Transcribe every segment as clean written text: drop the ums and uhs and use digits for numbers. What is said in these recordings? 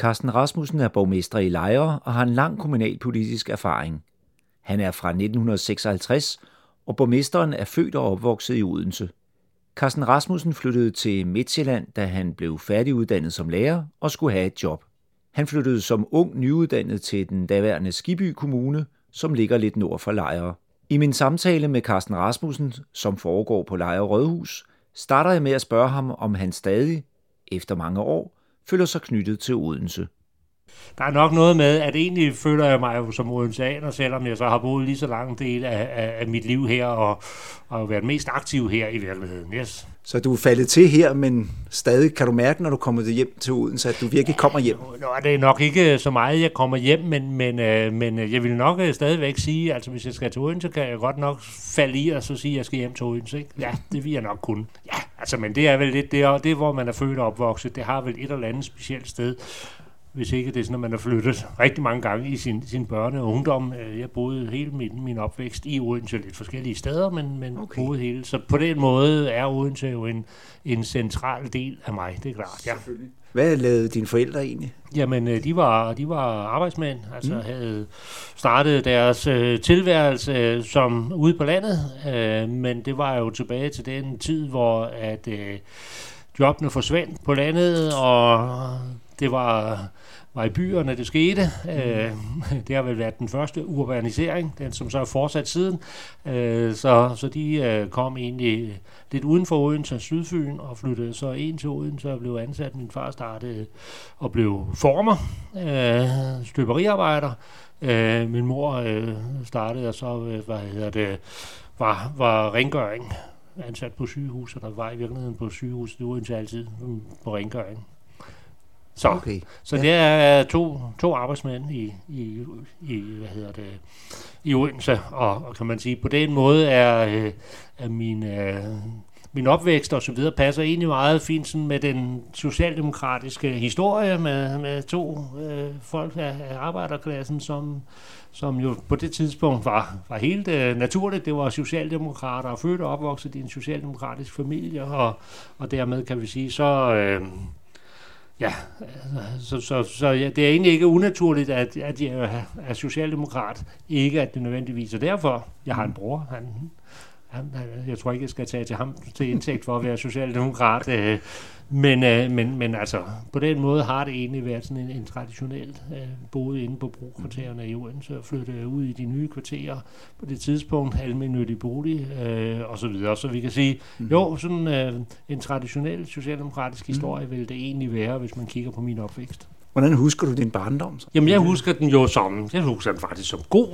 Carsten Rasmussen er borgmester i Lejre og har en lang kommunalpolitisk erfaring. Han er fra 1956, og borgmesteren er født og opvokset i Odense. Carsten Rasmussen flyttede til Midtsjælland, da han blev færdiguddannet som lærer og skulle have et job. Han flyttede som ung nyuddannet til den daværende Skibby Kommune, som ligger lidt nord for Lejre. I min samtale med Carsten Rasmussen, som foregår på Lejre Rådhus, starter jeg med at spørge ham, om han stadig, efter mange år, føler sig knyttet til Odense. Der er nok noget med, at egentlig føler jeg mig som odenseaner, selvom jeg så har boet lige så lang del af mit liv her, og været mest aktiv her i virkeligheden. Yes. Så du er faldet til her, men stadig kan du mærke, når du kommer hjem til Odense, at du virkelig kommer hjem? Det er nok ikke så meget, jeg kommer hjem, men jeg vil nok stadigvæk sige, altså hvis jeg skal til Odense, kan jeg godt nok falde i og så sige, at jeg skal hjem til Odense. Ikke? Ja, det vil jeg nok kunne. Ja, altså, men det er vel lidt det, hvor man er født og opvokset. Det har vel et eller andet specielt sted. Hvis ikke det er sådan, at man har flyttet rigtig mange gange i sin børne- og ungdom. Jeg boede hele min opvækst i Odense, lidt forskellige steder, men okay. Boede hele. Så på den måde er Odense jo en central del af mig, det er klart. Ja. Hvad lavede dine forældre egentlig? Jamen, de var arbejdsmænd, altså havde startet deres tilværelse som ude på landet, men det var jo tilbage til den tid, hvor at jobbene forsvandt på landet, og det var i byerne, det skete. Det har vel været den første urbanisering, den som så er fortsat siden. Så de kom egentlig lidt uden for Odense, Sydfyn, og flyttede så ind til Odense og blev ansat. Min far startede og blev former, støberiarbejder. Min mor startede og så, var rengøring. Ansat på sygehuset, og der var i virkeligheden på sygehuset i Odense altid på rengøring. Så det er to arbejdsmænd i Odense, og kan man sige, på den måde er min opvækst og så videre passer egentlig meget fint sådan med den socialdemokratiske historie med to folk af arbejderklassen, som jo på det tidspunkt var helt naturligt. Det var socialdemokrater og født og opvokset i en socialdemokratisk familie, og dermed kan vi sige, så det er egentlig ikke unaturligt, at jeg er socialdemokrat. Ikke at det nødvendigvis er derfor. Jeg har en bror, jeg tror ikke, jeg skal tage til ham til indtægt for at være socialdemokrat, men altså, på den måde har det egentlig været sådan en traditionelt boet inde på brokvartererne i Odense og flyttet ud i de nye kvarterer på det tidspunkt, almennyttig bolig og så videre. Så vi kan sige, jo, sådan en traditionel socialdemokratisk historie vil det egentlig være, hvis man kigger på min opvækst. Hvordan husker du din barndom? Jamen, jeg husker den faktisk som god.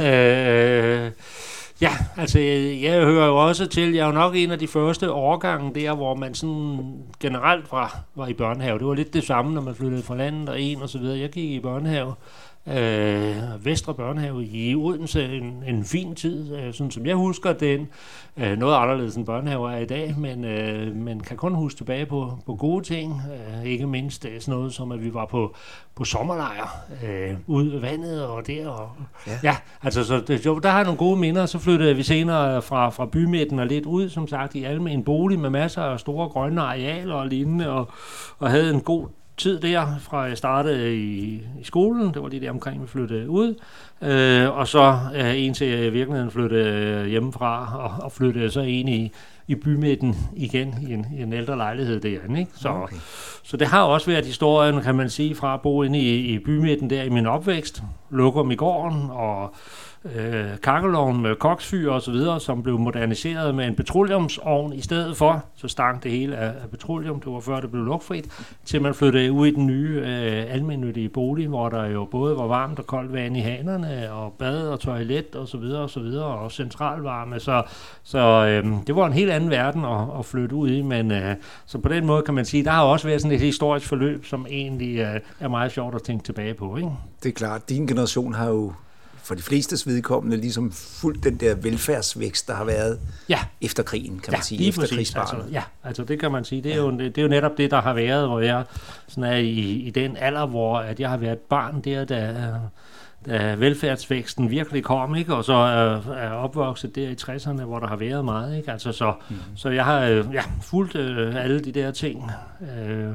Ja, altså jeg hører jo også til, jeg er jo nok en af de første årgange der, hvor man sådan generelt var i børnehave. Det var lidt det samme, når man flyttede fra landet og så videre. Jeg gik i børnehave, Vestre Børnehave i Odense, en fin tid, sådan som jeg husker den. Noget anderledes end børnehave er i dag, men man kan kun huske tilbage på gode ting. Ikke mindst sådan noget som, at vi var på sommerlejr ude ved vandet og der. Og, ja, altså så der har jeg nogle gode minder. Så flyttede vi senere fra bymidten og lidt ud, som sagt, i almen bolig med masser af store grønne arealer og lignende, og havde en god tid der, fra jeg startede i skolen, det var lige der omkring, vi flyttede ud, og så indtil jeg i virkeligheden flyttede hjemmefra, og flyttede så ind i bymidten igen, i en ældre lejlighed derinde, ikke? Så det har også været historien, kan man sige, fra at bo inde i bymidten der i min opvækst, lukker i gården, og kakkelovn med koksfyr og så videre, som blev moderniseret med en petroleumsovn i stedet for, så stank det hele af petroleum, det var før det blev lugtfrit, til man flyttede ud i den nye almennyttige bolig, hvor der jo både var varmt og koldt vand i hanerne, og bad og toilet og så videre, og centralvarme, så det var en helt anden verden at flytte ud i, men så på den måde kan man sige, der har også været sådan et historisk forløb, som egentlig er meget sjovt at tænke tilbage på, ikke? Det er klart, din generation har jo for de flestes vedkommende ligesom fuldt den der velfærdsvækst, der har været efter krigen, kan man sige, efter krigsbarnet. Altså det kan man sige. Det er jo netop det, der har været, hvor jeg sådan er i den alder, hvor at jeg har været barn der, da velfærdsvæksten virkelig kom, ikke? Og så er opvokset der i 60'erne, hvor der har været meget, ikke? Altså så jeg har fulgt alle de der ting,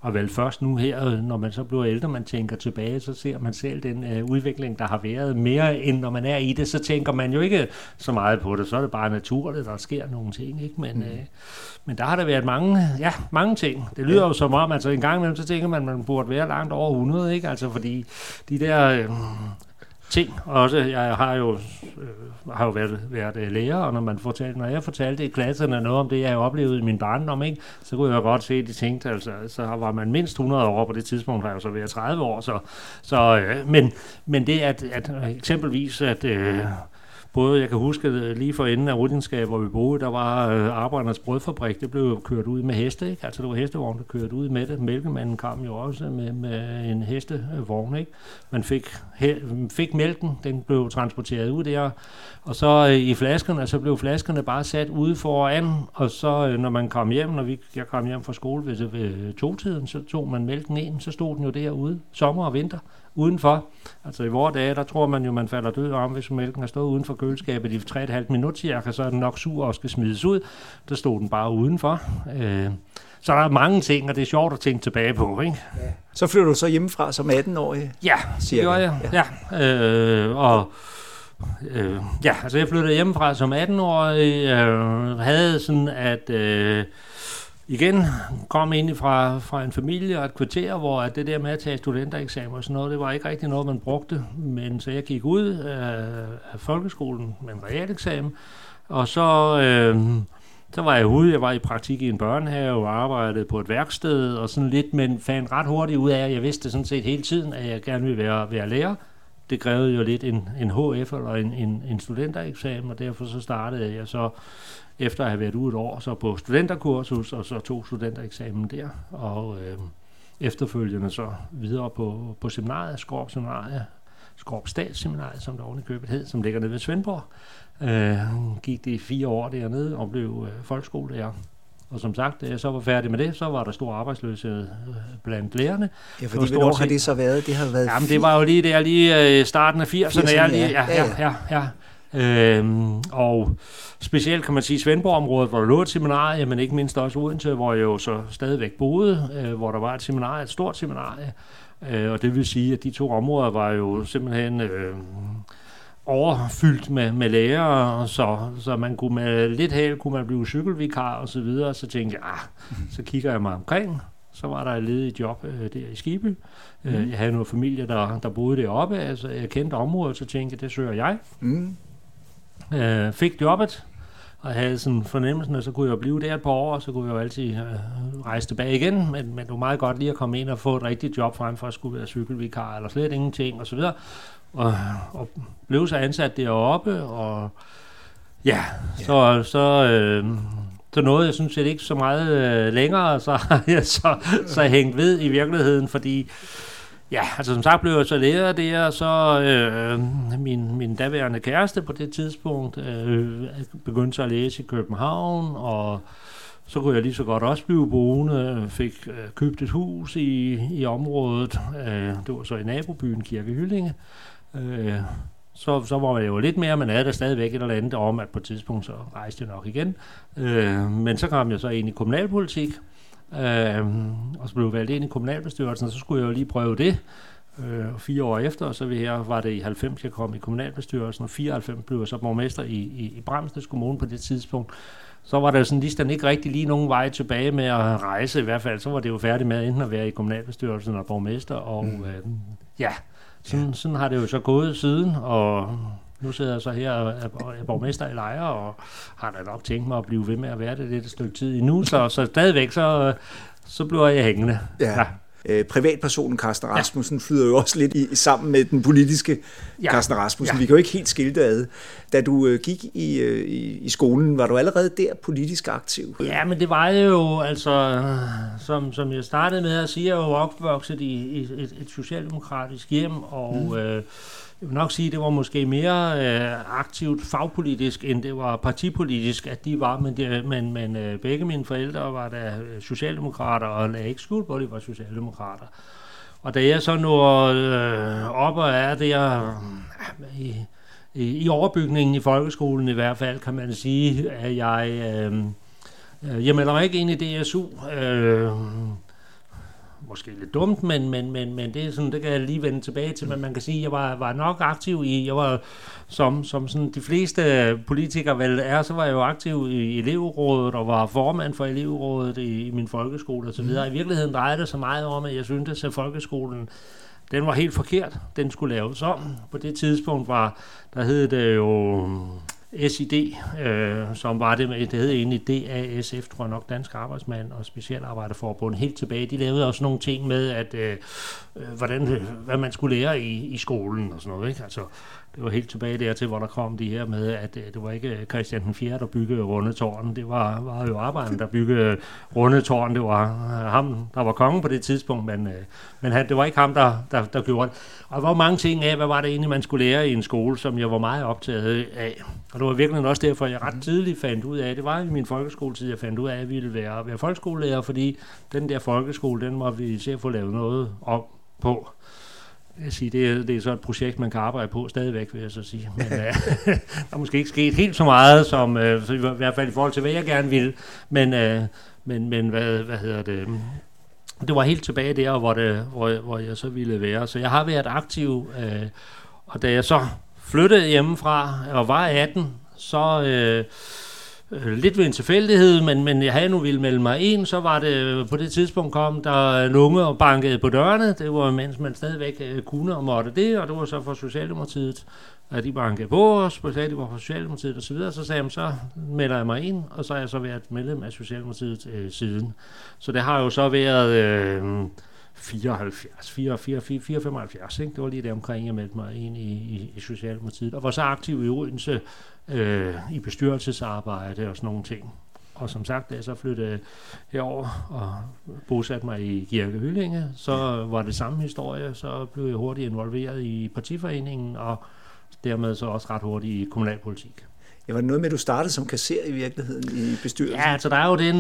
Og vel først nu her, når man så bliver ældre, man tænker tilbage, så ser man selv den udvikling, der har været mere, end når man er i det, så tænker man jo ikke så meget på det. Så er det bare naturligt, der sker nogle ting, ikke? Men der har der været mange ting. Det lyder jo som om, altså en gang imellem, så tænker man burde være langt over 100, ikke? Altså fordi de der ting også, jeg har jo været lærer, og når jeg fortalte i klasserne noget om det, jeg oplevede i min barndom, ikke, så kunne jeg godt se, at de tænkte, altså, så var man mindst 100 år på det tidspunkt, har jeg jo så været 30 år, men det at eksempelvis, at både, jeg kan huske, lige for enden af Rudinskab, hvor vi boede, der var Arbejdernes Brødfabrik, det blev kørt ud med heste, ikke? Altså det var hestevogn, der kørte ud med det. Mælkemanden kom jo også med en hestevogn, ikke? Man fik mælken, den blev transporteret ud der, og så i flaskerne, så blev flaskerne bare sat ude foran, og så når man kom hjem, jeg kom hjem fra skole ved 2-tiden, så tog man mælken ind, så stod den jo derude, sommer og vinter, udenfor. Altså i vore dage, der tror man jo, man falder død om, hvis mælken har stået uden for køleskabet i 3,5 minutter cirka, så er den nok sur og skal smides ud. Der stod den bare udenfor. Så der er mange ting, og det er sjovt at tænke tilbage på, ikke? Ja. Så flytter du så hjemmefra som 18-årig? Ja, det gjorde jeg. Ja. Altså jeg flyttede hjemmefra som 18-årig, havde sådan at igen kom ind fra en familie og et kvarter, hvor det der med at tage studentereksamen og sådan noget, det var ikke rigtig noget, man brugte. Men så jeg gik ud af folkeskolen med en realeksamen, og så var jeg ude. Jeg var i praktik i en børnehave og arbejdede på et værksted og sådan lidt, men fandt ret hurtigt ud af, at jeg vidste sådan set hele tiden, at jeg gerne ville være lærer. Det krævede jo lidt en HF eller en studentereksamen, og derfor så startede jeg så efter at have været ude et år, så på studenterkursus, og så tog studentereksamen der, og efterfølgende så videre på seminariet, Skårup Statsseminariet, som der oven i købet hed, som ligger nede ved Svendborg. Gik det 4 år dernede og blev folkeskolelærer. Og som sagt, da jeg så var færdig med det, så var der stor arbejdsløshed blandt lærerne. Ja, fordi hvornår har det så været? Det har været jamen, det var jo lige starten af 80'erne. Ja. Og specielt kan man sige Svendborg-området, hvor der lå et seminarie, men ikke mindst også Odense, hvor jeg jo så stadigvæk boede, hvor der var et seminarie, et stort seminarie. Og det vil sige, at de 2 områder var jo simpelthen overfyldt med lærere, så man kunne med lidt held kunne man blive cykelvikar og så videre. Så tænkte jeg, så kigger jeg mig omkring. Så var der et ledigt job der i Skibby. Jeg havde noget familie, der boede deroppe. Altså, jeg kendte området, så tænkte jeg, det søger jeg. Fik jobbet, og havde sådan fornemmelsen, at så kunne jeg blive der et par år, og så kunne jeg jo altid rejse tilbage igen. Men det var meget godt lige at komme ind og få et rigtigt job frem for at skulle være cykelvikar, eller slet ingenting, og så videre. Og blev så ansat deroppe, og så nåede jeg synes jeg ikke så meget længere, så har jeg så hængt ved i virkeligheden, fordi ja, altså som sagt blev jeg så lærer der, og så min daværende kæreste på det tidspunkt begyndte så at læse i København, og så kunne jeg lige så godt også blive boende, fik købt et hus i området, det var så i nabobyen Kirkehyllinge. Så var jeg jo lidt mere, men havde der stadigvæk et eller andet om, at på et tidspunkt så rejste jeg nok igen. Men så kom jeg så ind i kommunalpolitik, og så blev jeg valgt ind i kommunalbestyrelsen, og så skulle jeg jo lige prøve det. 4 år efter, og så var det i 90, jeg kom i kommunalbestyrelsen, og 94 blev jeg så borgmester i Bramsnæs Kommune på det tidspunkt. Så var der sådan lige ikke rigtig lige nogen vej tilbage med at rejse, i hvert fald. Så var det jo færdigt med enten at være i kommunalbestyrelsen og borgmester, og sådan har det jo så gået siden, og nu sidder jeg så her og er borgmester i Lejre, og har da nok tænkt mig at blive ved med at være det et stykke tid endnu, så stadigvæk så bliver jeg hængende. Ja. Privatpersonen Carsten Rasmussen flyder jo også lidt sammen med den politiske Carsten Rasmussen. Vi kan jo ikke helt skille det ad. Da du gik i skolen, var du allerede der politisk aktiv? Ja, men det var jo, altså, som jeg startede med at sige, jeg er jo opvokset i et socialdemokratisk hjem, og jeg vil nok sige, at det var måske mere aktivt fagpolitisk, end det var partipolitisk, at de var, men begge mine forældre var da socialdemokrater, og lagde ikke skjul på, at de var socialdemokrater. Og da jeg så nåede op og er der i overbygningen i folkeskolen i hvert fald, kan man sige, at jeg melder mig ikke ind i DSU, måske lidt dumt, men det er sådan, det kan jeg lige vende tilbage til, men man kan sige, at jeg var nok aktiv jeg var som sådan de fleste politikere vel er, så var jeg jo aktiv i elevrådet og var formand for elevrådet i min folkeskole og så videre. I virkeligheden drejede det så meget om, at jeg syntes, at folkeskolen den var helt forkert. Den skulle laves om. På det tidspunkt der hed det jo SID, som var det hed egentlig DASF, tror jeg nok, Dansk Arbejdsmand og Specialarbejderforbund, helt tilbage. De lavede også nogle ting med, at hvad man skulle lære i skolen og sådan noget, ikke? Altså, det var helt tilbage dertil, hvor der kom de her med, at det var ikke Christian den 4., der byggede Rundetårn. Det var jo arbejderen, der byggede Rundetårn. Det var ham, der var kongen på det tidspunkt, men det var ikke ham, der gjorde det. Og der var mange ting af, hvad var det egentlig, man skulle lære i en skole, som jeg var meget optaget af. Og det var virkelig også derfor, jeg ret tidligt fandt ud af, det var i min folkeskoletid, jeg fandt ud af, at jeg ville være folkeskolelærer, fordi den der folkeskole, den må vi se at få lavet noget om på. Jeg siger, det er så et projekt, man kan arbejde på stadigvæk, vil jeg så sige. Men der er måske ikke sket helt så meget, som i hvert fald i forhold til, hvad jeg gerne ville. Men hvad hedder det? Det var helt tilbage der, hvor jeg så ville være. Så jeg har været aktiv, og da jeg så flyttede hjemmefra og var 18, så lidt ved en tilfældighed, men jeg havde nu ville melde mig ind, så var det på det tidspunkt kom der lunge og bankede på dørene. Det var mens man stadigvæk kunne og måtte det, og det var så for Socialdemokratiet, at de bankede på os, sagde de var for Socialdemokratiet og så videre, så sagde jeg, så melder jeg mig ind, og så har jeg så været medlem af Socialdemokratiet siden. Så det har jo så været 74, ikke? Det var lige der omkring, jeg meldte mig ind i Socialdemokratiet, og var så aktiv i Odense i bestyrelsesarbejde og sådan nogle ting. Og som sagt, da jeg så flyttede herover og bosatte mig i Kirke Hyllinge, så var det samme historie, så blev jeg hurtigt involveret i partiforeningen, og dermed så også ret hurtigt i kommunalpolitik. Ja, var det noget med, at du startede som kasserer i virkeligheden i bestyrelsen? Ja, altså der er jo den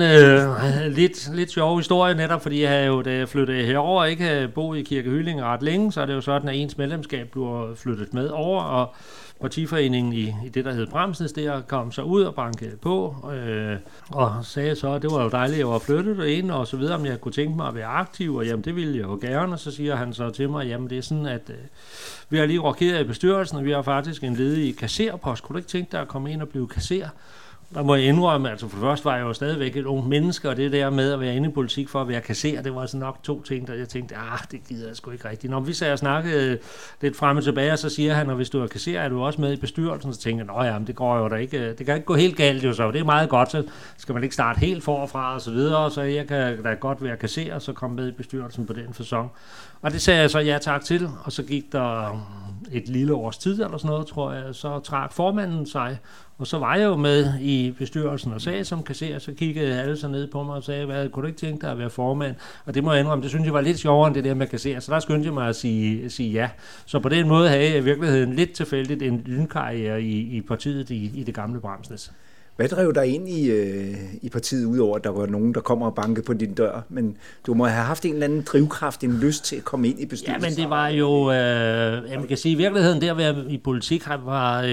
lidt sjove historie netop, fordi jeg havde jo, da jeg flyttede herover, ikke havde boet i Kirke Hyllinge ret længe, så er det jo sådan, at ens medlemskab bliver flyttet med over, og partiforeningen i det, der hed Bramsnæs, der kom så ud og bankede på, og sagde så, at det var jo dejligt, at jeg var flyttet ind, og så videre, om jeg kunne tænke mig at være aktiv, og jamen det ville jeg jo gerne, og så siger han så til mig, jamen det er sådan, at vi har lige rokeret i bestyrelsen, og vi har faktisk en ledig kasserpost. Kunne du ikke tænke dig at komme ind og blive kasserer? Der må jeg indrømme, altså for det første var jeg jo stadigvæk et ungt menneske, og det der med at være inde i politik for at være kasserer, det var så nok to ting, der jeg tænkte, det gider jeg sgu ikke rigtigt. Når vi så snakkede lidt frem og tilbage, så siger han, at hvis du er kasserer, er du også med i bestyrelsen, så tænkte jeg, men det går jo da ikke, det kan ikke gå helt galt jo så, det er meget godt, så skal man ikke starte helt forfra og så videre, så jeg kan da godt være kasserer, så komme med i bestyrelsen på den facon. Og det sagde jeg så ja tak til, og så gik der et lille års tid eller sådan noget, tror jeg, så trak formanden sig, og så var jeg jo med i bestyrelsen og sagde som kasserer, så kiggede alle så ned på mig og sagde, kunne du ikke tænke dig at være formand? Og det må jeg indrømme, det synes jeg var lidt sjovere end det der med kasserer, så der skyndte jeg mig at sige ja. Så på den måde havde jeg i virkeligheden lidt tilfældigt en lynkarriere i partiet i det gamle Bramsnæs. Hvad drev dig ind i partiet, udover at der var nogen, der kommer og bankede på din dør? Men du må have haft en eller anden drivkraft, en lyst til at komme ind i bestyrelsen. Ja, men det var jo, man kan sige, i virkeligheden, der at være i politik var,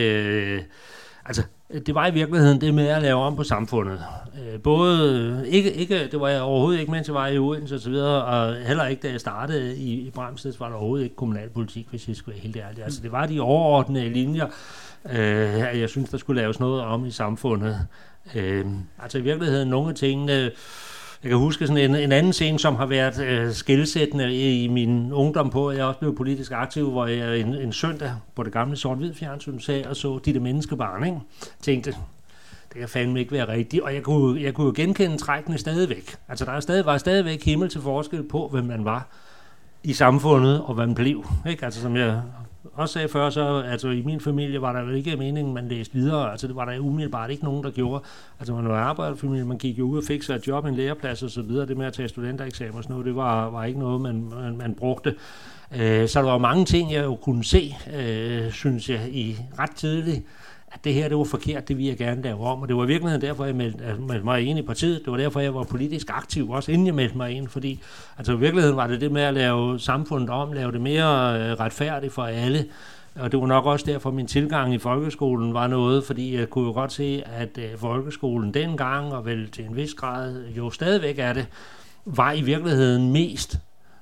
det var i virkeligheden det med at lave om på samfundet. Både, ikke, det var jeg overhovedet ikke, mens jeg var i Odense og så videre, og heller ikke, da jeg startede i Bramsnæs, var der overhovedet ikke kommunalpolitik, hvis jeg skulle være helt ærlig. Altså, det var de overordnede linjer, jeg synes, der skulle laves noget om i samfundet. Altså i virkeligheden, nogle af tingene, jeg kan huske sådan en anden scene, som har været skelsættende i min ungdom på, jeg også blev politisk aktiv, hvor jeg en søndag på det gamle sort-hvid fjernsyn og så de menneskebarn, ikke? Tænkte, det kan fandme ikke være rigtigt, og jeg kunne jo genkende trækkene stadigvæk. Altså der var stadigvæk himmel til forskel på, hvem man var i samfundet, og hvad man blev, ikke? Altså som jeg også sagde før, så altså i min familie var der jo ikke meningen, man læste videre. Altså det var der umiddelbart ikke nogen, der gjorde. Altså man var arbejderfamilie, man gik jo ud og fik sig et job, en læreplads og så videre. Det med at tage studentereksamen og sådan noget, det var ikke noget, man brugte. Så der var mange ting, jeg jo kunne se, synes jeg, i ret tidligt, at det her, det var forkert, det ville jeg gerne lave om. Og det var i virkeligheden derfor, jeg meldte mig ind i partiet. Det var derfor, jeg var politisk aktiv, også inden jeg meldte mig ind. Fordi altså, i virkeligheden var det med at lave samfundet om, lave det mere retfærdigt for alle. Og det var nok også derfor, min tilgang i folkeskolen var noget, fordi jeg kunne jo godt se, at folkeskolen dengang, og vel til en vis grad jo stadigvæk er det, var i virkeligheden mest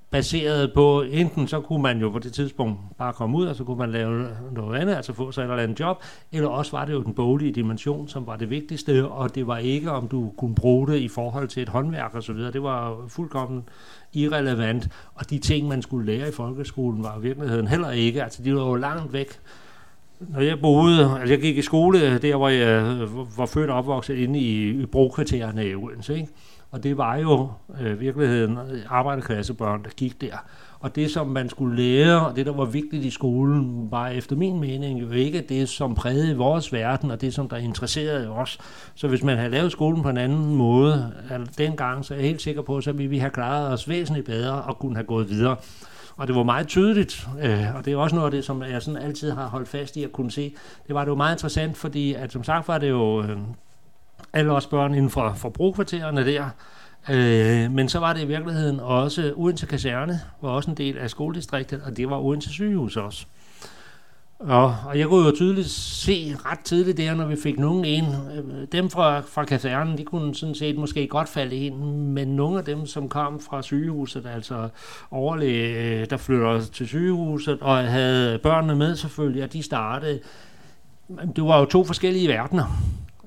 baseret på, enten så kunne man jo på det tidspunkt bare komme ud, og så kunne man lave noget andet, altså få sig et eller andet job, eller også var det jo den boglige dimension, som var det vigtigste, og det var ikke, om du kunne bruge det i forhold til et håndværk og så videre. Det var fuldkommen irrelevant, og de ting, man skulle lære i folkeskolen, var i virkeligheden heller ikke, altså de var jo langt væk. Når jeg boede, altså jeg gik i skole der, hvor jeg var født og opvokset inde i brokvartererne i Odense, ikke? Og det var jo virkeligheden arbejderklassebørn, der gik der. Og det, som man skulle lære, og det, der var vigtigt i skolen, var efter min mening jo ikke det, som prægede vores verden, og det, som der interesserede os. Så hvis man havde lavet skolen på en anden måde dengang, så er jeg helt sikker på, så ville vi have klaret os væsentligt bedre og kunne have gået videre. Og det var meget tydeligt, og det er også noget af det, som jeg sådan altid har holdt fast i at kunne se. Det var jo meget interessant, fordi at som sagt var det jo alle os børn inden for brokvartererne der, men så var det i virkeligheden også Odense Kaserne, var også en del af skoledistriktet, og det var Odense Sygehus også. Og jeg kunne jo tydeligt se ret tidligt der, når vi fik nogen ind. Dem fra kasernen, de kunne sådan set måske godt falde ind, men nogle af dem, som kom fra sygehuset, altså overlæge, der flytter til sygehuset, og havde børnene med selvfølgelig, og de startede. Det var jo to forskellige verdener.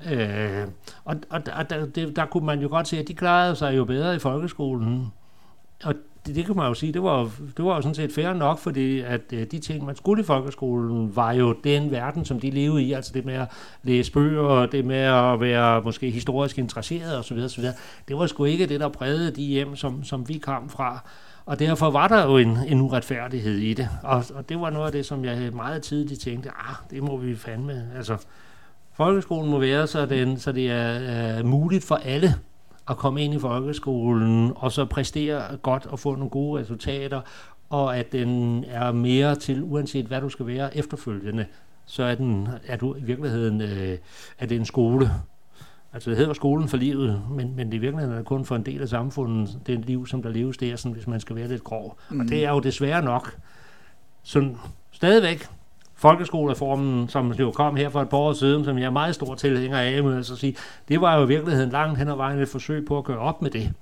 Der kunne man jo godt se, at de klarede sig jo bedre i folkeskolen. Og det kan man jo sige, det var jo sådan set fair nok, fordi at de ting, man skulle i folkeskolen, var jo den verden, som de levede i, altså det med at læse bøger, det med at være måske historisk interesseret osv. Det var sgu ikke det, der prægede de hjem, som vi kom fra. Og derfor var der jo en uretfærdighed i det. Og det var noget af det, som jeg meget tidligt tænkte, det må vi fandme. Altså, folkeskolen må være, så det er muligt for alle at komme ind i folkeskolen, og så præstere godt og få nogle gode resultater, og at den er mere til, uanset hvad du skal være efterfølgende, så er du i virkeligheden er det en skole. Altså det hedder skolen for livet, men det i virkeligheden er kun for en del af samfundet, det liv, som der leves der, sådan, hvis man skal være lidt grov. Og det er jo desværre nok. Så stadigvæk, folkeskolereformen, som jo kom her for et par år siden, som jeg er meget stor tilhænger af, må jeg så sige, det var jo i virkeligheden langt hen ad vejen et forsøg på at gøre op med det.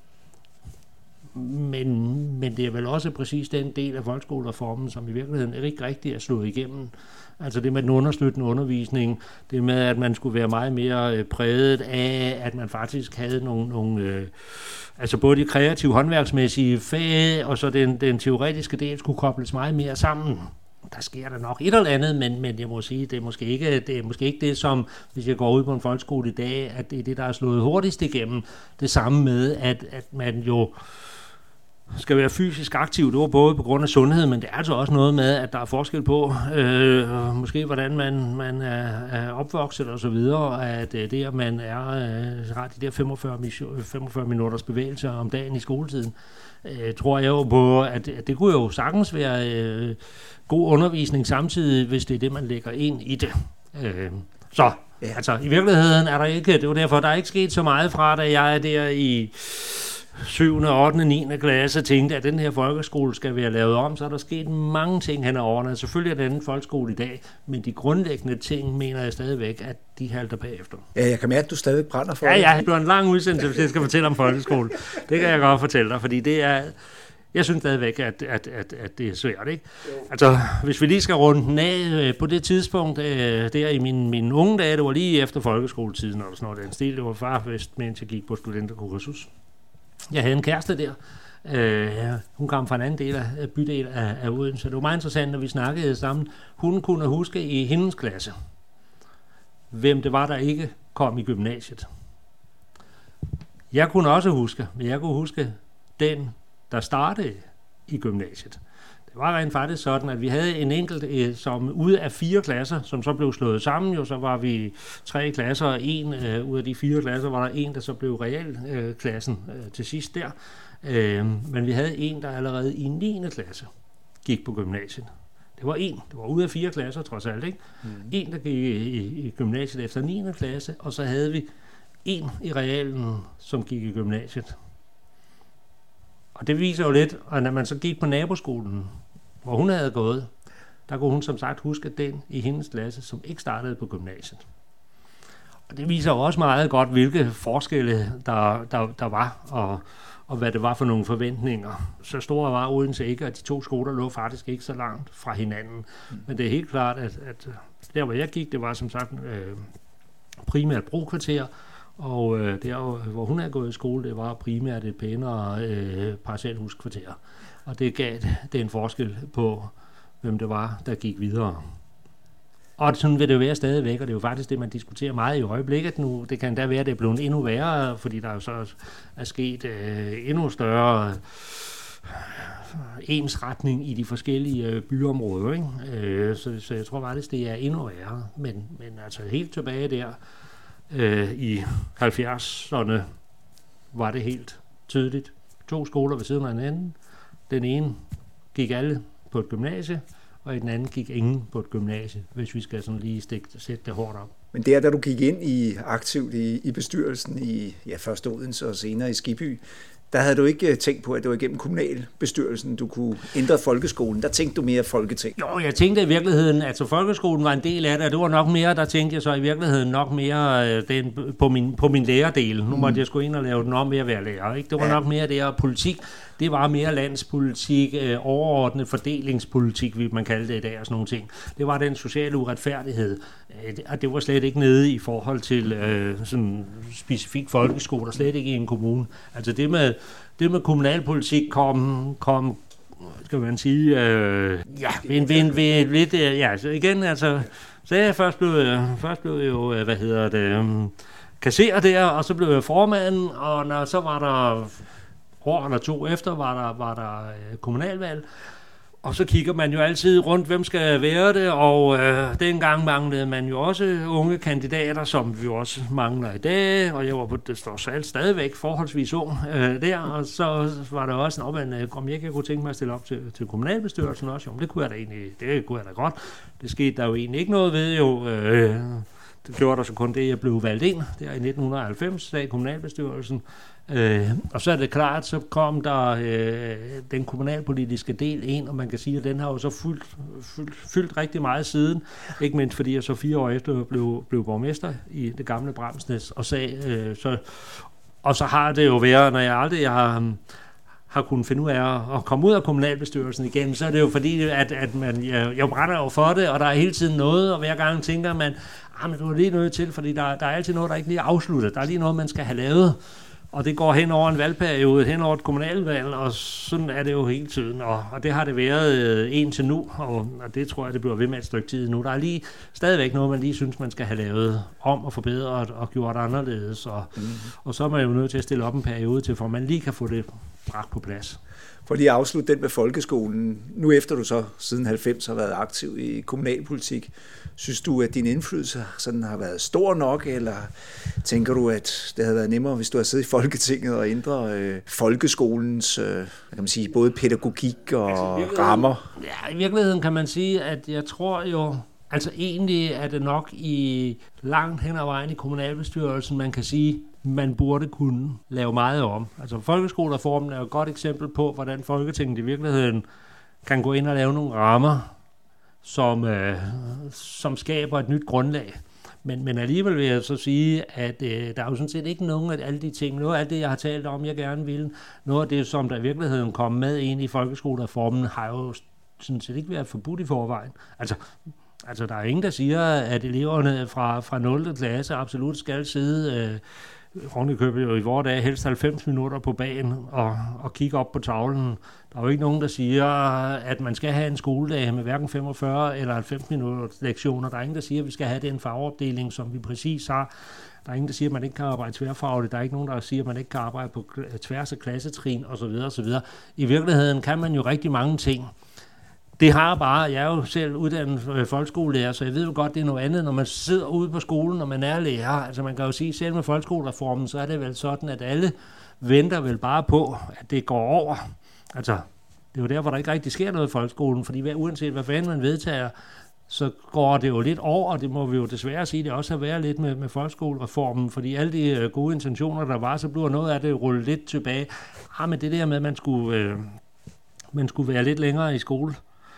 Men det er vel også præcis den del af folkeskolereformen, som i virkeligheden ikke rigtig er slået igennem. Altså det med den understøttende undervisning, det med, at man skulle være meget mere præget af, at man faktisk havde nogle altså både de kreative håndværksmæssige fag, og så den teoretiske del skulle kobles meget mere sammen. Der sker der nok et eller andet, men jeg må sige, det er måske ikke det, som, hvis jeg går ud på en folkeskole i dag, at det er det, der er slået hurtigst igennem. Det samme med, at man jo skal være fysisk aktiv. Det var både på grund af sundhed, men det er altså også noget med, at der er forskel på, måske hvordan man er opvokset og så videre, at det, at man har de der 45 minutters bevægelser om dagen i skoletiden, tror jeg jo på, at det kunne jo sagtens være god undervisning samtidig, hvis det er det, man lægger ind i det. Så altså i virkeligheden er der ikke, det var derfor, der er ikke sket så meget fra, da jeg er der i 7., 8., 9. klasse tænkte, at den her folkeskole skal være lavet om, så er der sket mange ting hen ad årene. Selvfølgelig er det en folkeskole i dag, men de grundlæggende ting mener jeg stadigvæk, at de halter bagefter. Ja, jeg kan mærke, at du stadig brænder for det. Ja, det bliver en lang udsendelse, hvis jeg skal fortælle om folkeskole. Det kan jeg godt fortælle dig, fordi det er... Jeg synes stadigvæk, at det er svært, ikke? Altså, hvis vi lige skal runde den af på det tidspunkt, der i mine unge dage, det var lige efter folkeskoletiden, og sådan noget den stil, det var farfest, mens jeg gik på studenterkursus. Jeg havde en kæreste der. Hun kom fra en anden bydel af Odense, så det var meget interessant, når vi snakkede sammen. Hun kunne huske i hendes klasse, hvem det var, der ikke kom i gymnasiet. Jeg kunne også huske, men jeg kunne huske den, der startede i gymnasiet. Det var rent faktisk sådan, at vi havde en enkelt, som ud af 4 klasser, som så blev slået sammen, jo, så var vi 3 klasser, og ud af de 4 klasser var der en, der så blev realklassen til sidst der. Men vi havde en, der allerede i 9. klasse gik på gymnasiet. Det var ud af 4 klasser, trods alt, ikke? En, der gik i gymnasiet efter 9. klasse, og så havde vi en i realen, som gik i gymnasiet. Og det viser jo lidt, at når man så gik på naboskolen, hvor hun havde gået, der kunne hun som sagt huske den i hendes klasse, som ikke startede på gymnasiet. Og det viser jo også meget godt, hvilke forskelle der var, og hvad det var for nogle forventninger. Så store var Odense ikke, og de to skoler lå faktisk ikke så langt fra hinanden. Men det er helt klart, at der hvor jeg gik, det var som sagt primært brokvarter, og der hvor hun er gået i skole, det var primært et pænere parcelhuskvarter. Og det gav det en forskel på, hvem det var, der gik videre. Og sådan vil det jo være stadigvæk, og det er jo faktisk det, man diskuterer meget i øjeblikket nu. Det kan da være, at det er blevet endnu værre, fordi der jo så er sket endnu større ensretning i de forskellige byområder. Ikke? Så jeg tror faktisk, det er endnu værre. Men altså helt tilbage der i 70'erne var det helt tydeligt. 2 skoler ved siden af hinanden. Den ene gik alle på et gymnasie, og i den anden gik ingen på et gymnasie, hvis vi skal sådan lige sætte det hårdt op. Men der, da du gik ind aktivt i bestyrelsen i først Odense og senere i Skibby, der havde du ikke tænkt på, at det var igennem kommunalbestyrelsen, du kunne ændre folkeskolen. Der tænkte du mere folketing. Jo, jeg tænkte i virkeligheden, at så folkeskolen var en del af det, og det var nok mere, der tænkte jeg så i virkeligheden nok mere på min lærerdel. Nu måtte jeg sgu ind og lave den om ved at være lærer. Ikke? Det var nok mere det her politik. Det var mere landspolitik, overordnet fordelingspolitik, vil man kalde det i dag, og sådan nogle ting. Det var den sociale uretfærdighed, og det var slet ikke nede i forhold til sådan specifik folkeskole, og slet ikke i en kommune. Altså det med kommunalpolitik kom skal man sige, lidt, så igen, altså, så jeg først blev jo, kasserer der, og så blev jeg formand, og så var der år eller 2 efter, var der kommunalvalg, og så kigger man jo altid rundt, hvem skal være det, og dengang manglede man jo også unge kandidater, som vi jo også mangler i dag, og jeg var på det står stadigvæk forholdsvis ung der, og så var der også om jeg kunne tænke mig at stille op til kommunalbestyrelsen også, jo, det kunne jeg da godt. Det skete der jo egentlig ikke noget ved, jo. Det gjorde der så kun det, jeg blev valgt ind der i 1990, sagde kommunalbestyrelsen. Og så er det klart, så kom der den kommunalpolitiske del ind, og man kan sige, at den har jo så fyldt rigtig meget siden. Ikke mindst fordi jeg så 4 år efter blev borgmester i det gamle Bramsnæs, og så har det jo været, når jeg aldrig har kunnet finde ud af at komme ud af kommunalbestyrelsen igen, så er det jo fordi, at jeg brænder jo for det, og der er hele tiden noget, og hver gang tænker man, men du er lige nødt til, fordi der er altid noget, der ikke lige er afsluttet. Der er lige noget, man skal have lavet. Og det går hen over en valgperiode, hen over et kommunalvalg, og sådan er det jo hele tiden. Og det har det været indtil nu, og det tror jeg, det bliver ved med et stykke tid nu. Der er lige stadigvæk noget, man lige synes, man skal have lavet om og forbedret og gjort anderledes. Og så er man jo nødt til at stille op en periode til, for man lige kan få det bragt på plads. For lige at afslutte den med folkeskolen. Nu efter du så siden 90 har været aktiv i kommunalpolitik, synes du, at din indflydelse sådan har været stor nok, eller tænker du, at det havde været nemmere, hvis du havde siddet i Folketinget og ændret folkeskolens kan man sige, både pædagogik og rammer? Ja, i virkeligheden kan man sige, at jeg tror jo, altså egentlig er det nok i langt hen ad vejen i kommunalbestyrelsen, man kan sige, man burde kunne lave meget om. Altså folkeskolereformen er jo et godt eksempel på, hvordan Folketinget i virkeligheden kan gå ind og lave nogle rammer, som skaber et nyt grundlag. Men alligevel vil jeg så sige, at der er jo sådan set ikke nogen af alle de ting, noget af alt det, jeg har talt om, jeg gerne vil, noget af det, som der i virkeligheden kom med ind i folkeskolereformen, har jo sådan set ikke været forbudt i forvejen. Altså der er ingen, der siger, at eleverne fra 0. klasse absolut skal sidde ovenikøbet jo i vores dage helst 90 minutter på bagen og kigge op på tavlen. Der er jo ikke nogen, der siger, at man skal have en skoledag med hverken 45 eller 90 minutters lektioner. Der er ingen, der siger, at vi skal have den fagopdeling, som vi præcis har. Der er ingen, der siger, at man ikke kan arbejde tværfagligt. Der er ikke nogen, der siger, at man ikke kan arbejde på tværs af klassetrin osv. osv. I virkeligheden kan man jo rigtig mange ting. Det har bare, jeg er jo selv uddannet folkeskolelærer, så jeg ved jo godt, det er noget andet, når man sidder ude på skolen, når man er lærer. Altså man kan jo sige, selv med folkeskolereformen, så er det vel sådan, at alle venter vel bare på, at det går over. Altså, det er jo der, hvor der ikke rigtig sker noget i folkeskolen, fordi uanset hvad fanden man vedtager, så går det jo lidt over, og det må vi jo desværre sige, det også har været lidt med folkeskolereformen, fordi alle de gode intentioner, der var, så bliver noget af det rullet lidt tilbage. Men det der med, at man skulle være lidt længere i skole,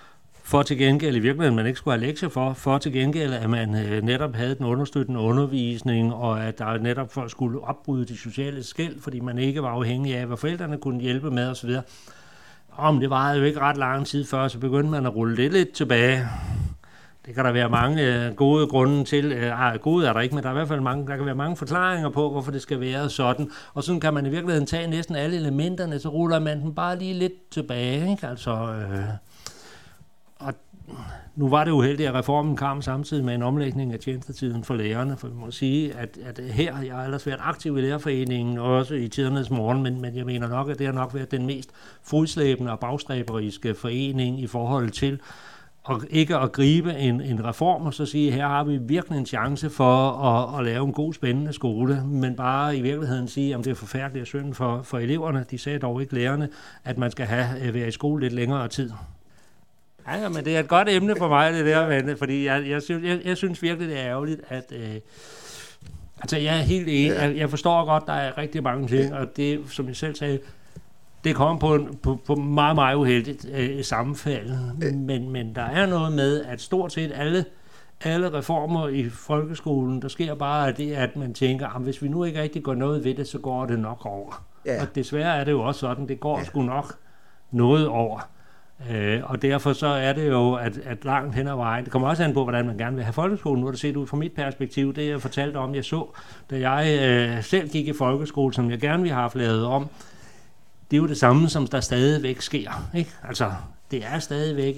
for til gengæld i virkeligheden, man ikke skulle have lektier for til gengæld, at man netop havde den understøttende undervisning, og at der netop folk skulle opbryde de sociale skel, fordi man ikke var afhængig af, hvad forældrene kunne hjælpe med osv. Men det varede jo ikke ret lang tid før, så begyndte man at rulle det lidt tilbage. Det kan der være mange gode grunde til. Gode er der ikke, men der er i hvert fald der kan være mange forklaringer på, hvorfor det skal være sådan. Og sådan kan man i virkeligheden tage næsten alle elementerne, så ruller man den bare lige lidt tilbage. Ikke? Altså, og nu var det uheldigt, at reformen kom samtidig med en omlægning af tjenestetiden for lærerne, for vi må sige, at her, jeg har ellers været aktiv i lærerforeningen, også i tidernes morgen, men jeg mener nok, at det har nok været den mest fodslæbende og bagstræberiske forening i forhold til og ikke at gribe en reform og så sige, her har vi virkelig en chance for at lave en god, spændende skole, men bare i virkeligheden sige, om det er forfærdeligt synd for eleverne. De sagde dog ikke lærerne, at man skal være i skole lidt længere tid. Ja, men det er et godt emne for mig, det der, fordi jeg synes virkelig, det er ærgerligt, at altså jeg er helt enig. Jeg forstår godt, der er rigtig mange ting, og det, som jeg selv sagde, det kommer på meget, meget uheldigt sammenfald. Men der er noget med, at stort set alle reformer i folkeskolen, der sker bare det, at man tænker, at hvis vi nu ikke rigtig går noget ved det, så går det nok over. Ja. Og desværre er det jo også sådan, det går sgu nok noget over. Og derfor så er det jo, at langt hen ad vejen, det kommer også an på, hvordan man gerne vil have folkeskolen. Nu er det set ud fra mit perspektiv, det jeg fortalte om, jeg så, da jeg selv gik i folkeskole, som jeg gerne ville have haft lavet om, det er jo det samme, som der stadigvæk sker. Ikke? Altså, det er stadigvæk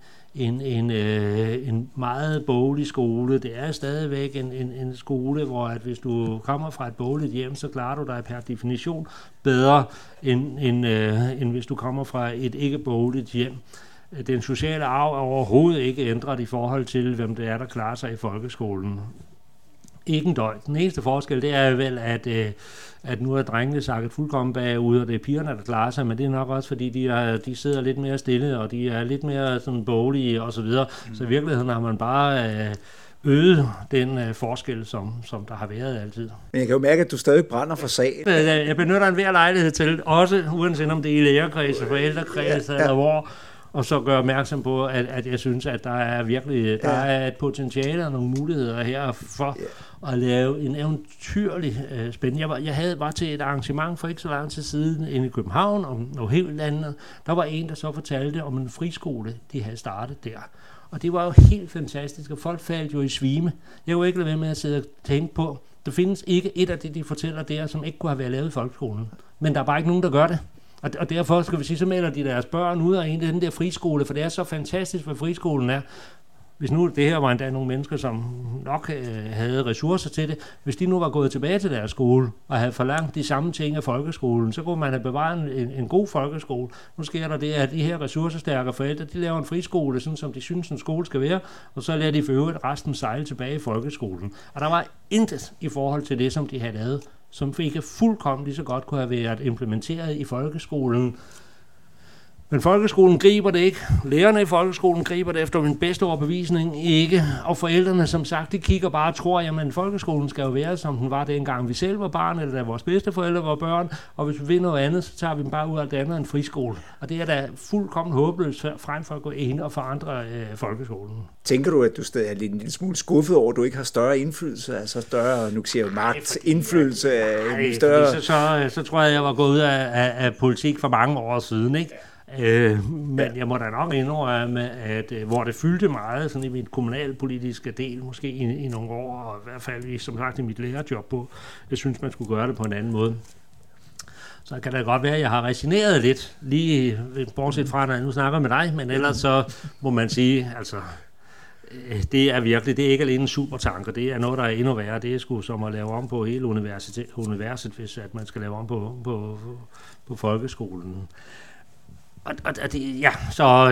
en meget boglig skole. Det er stadigvæk en skole, hvor at hvis du kommer fra et bogligt hjem, så klarer du dig per definition bedre, end hvis du kommer fra et ikke-bogligt hjem. Den sociale arv er overhovedet ikke ændret i forhold til, hvem det er, der klarer sig i folkeskolen. Ikke en døj. Den eneste forskel, det er vel, at nu er drengene sakket fuldkommen bagud, og det er pigerne, der klarer sig, men det er nok også, fordi de sidder lidt mere stille, og de er lidt mere sådan boglige og så videre. Så i virkeligheden har man bare øget den forskel, som der har været altid. Men jeg kan jo mærke, at du stadig brænder for sagen. Jeg benytter enhver lejlighed til, også uanset om det er i lærerkreds, forældrekreds eller hvor, og så gør opmærksom på, at jeg synes, at der er virkelig der er et potentiale og nogle muligheder her for at lave en eventyrlig spændende. Jeg var til et arrangement for ikke så lang tid siden inde i København om noget helt andet. Der var en, der så fortalte om en friskole, de havde startet der. Og det var jo helt fantastisk, og folk faldt jo i svime. Jeg kunne ikke lade være med at sidde og tænke på, der findes ikke et af det, de fortæller der, som ikke kunne have været lavet i folkeskolen. Men der er bare ikke nogen, der gør det. Og derfor skal vi sige, så melder de deres børn ud af den der friskole, for det er så fantastisk, hvad friskolen er. Hvis nu det her var endda nogle mennesker, som nok havde ressourcer til det, hvis de nu var gået tilbage til deres skole og havde forlangt de samme ting af folkeskolen, så kunne man have bevaret en god folkeskole. Nu sker der det, at de her ressourcestærke forældre, de laver en friskole, sådan som de synes, en skole skal være, og så lader de for øvrigt resten sejle tilbage i folkeskolen. Og der var intet i forhold til det, som de havde lavet, som ikke fuldkommen lige så godt kunne have været implementeret i folkeskolen. Men folkeskolen griber det ikke. Lærerne i folkeskolen griber det efter min bedste overbevisning ikke. Og forældrene, som sagt, de kigger bare og tror, jamen folkeskolen skal jo være, som den var dengang vi selv var barn, eller da vores bedsteforældre var børn. Og hvis vi vil noget andet, så tager vi dem bare ud af det andet end friskole. Og det er da fuldkommen håbløst frem for at gå ind og forandre folkeskolen. Tænker du, at du stadig er en lille smule skuffet over, at du ikke har større indflydelse, altså større, nu siger jeg magt, indflydelse af større... Så tror jeg var gået ud af politik for mange år siden, ikke? Men jeg må da nok indrømme, at hvor det fyldte meget sådan i mit kommunalpolitiske del, måske i nogle år, og i hvert fald som sagt i mit lærerjob på, jeg synes, man skulle gøre det på en anden måde. Så kan det godt være, at jeg har resigneret lidt, lige bortset fra, når jeg nu snakker med dig, men ellers så må man sige, altså, det er virkelig, det er ikke alene en supertanker, det er noget, der er endnu værre. Det er sgu som at lave om på hele universitet, hvis at man skal lave om på folkeskolen. Og det, ja, så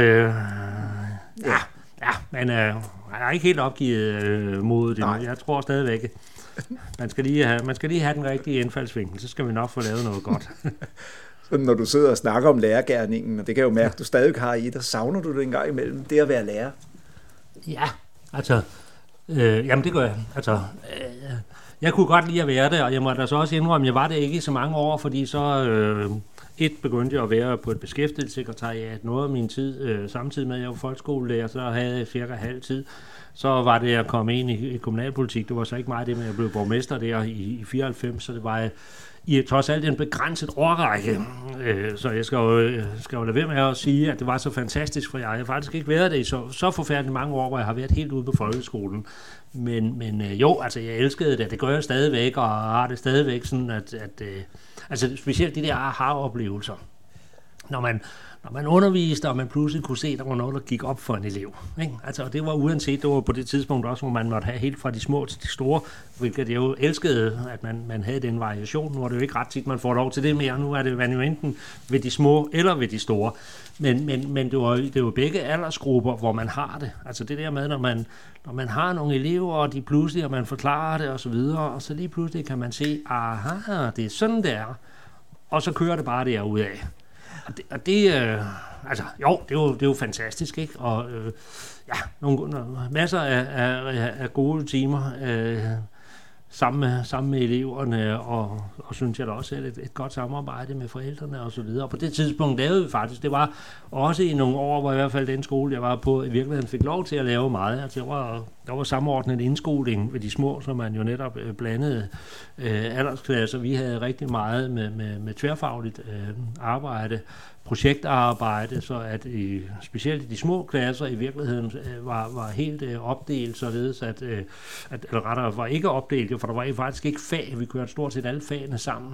men jeg er ikke helt opgivet modet endnu. Jeg tror stadigvæk, man skal lige have den rigtige indfaldsvinkel, så skal vi nok få lavet noget godt. Så når du sidder og snakker om lærergerningen, og det kan jeg jo mærke, du stadig har i dig, savner du det en gang imellem, det at være lærer? Ja, altså, jamen det gør jeg. Altså, jeg kunne godt lide at være det, og jeg må da så også indrømme, jeg var det ikke i så mange år, fordi så begyndte jeg at være på et beskæftigelsessekretariat noget af min tid, samtidig med at jeg var folkeskolelærer, så havde jeg cirka halv tid. Så var det at komme ind i kommunalpolitik. Det var så ikke meget det, men jeg blev borgmester der i 94, så det var i trods alt en begrænset årrække. Så jeg skal jo lade være med at sige, at det var så fantastisk, for jeg har faktisk ikke været det i så forfærdeligt mange år, hvor jeg har været helt ude på folkeskolen. Men jo, altså jeg elskede det. Det gør jeg stadigvæk, og har det stadigvæk sådan, at altså specielt de der aha-oplevelser. Når man underviste, og man pludselig kunne se, at der var noget, der gik op for en elev. Ikke? Altså, og det var uanset, det var på det tidspunkt også, hvor man måtte have helt fra de små til de store, hvilket jeg jo elskede, at man havde den variation. Nu er det jo ikke ret tit, man får lov til det mere. Nu er det man jo enten ved de små eller ved de store. Men det var jo begge aldersgrupper, hvor man har det. Altså det der med, når man har nogle elever, og de pludselig, og man forklarer det, og så videre, og så lige pludselig kan man se, aha, det er sådan, det er. Og så kører det bare derudad. Og det altså, jo, det er jo fantastisk, ikke? Og masser af gode timer sammen med eleverne, og synes jeg da også et godt samarbejde med forældrene og så videre. Og på det tidspunkt lavede vi faktisk, det var også i nogle år, hvor i hvert fald den skole, jeg var på, i virkeligheden fik lov til at lave meget. Altså, der var samordnet en indskoling ved de små, som man jo netop blandede aldersklasser. Vi havde rigtig meget med tværfagligt arbejde, projektarbejde, så at specielt i de små klasser i virkeligheden var helt opdelt, således eller rettere var ikke opdelt, for der var faktisk ikke fag. Vi kørte stort set alle fagene sammen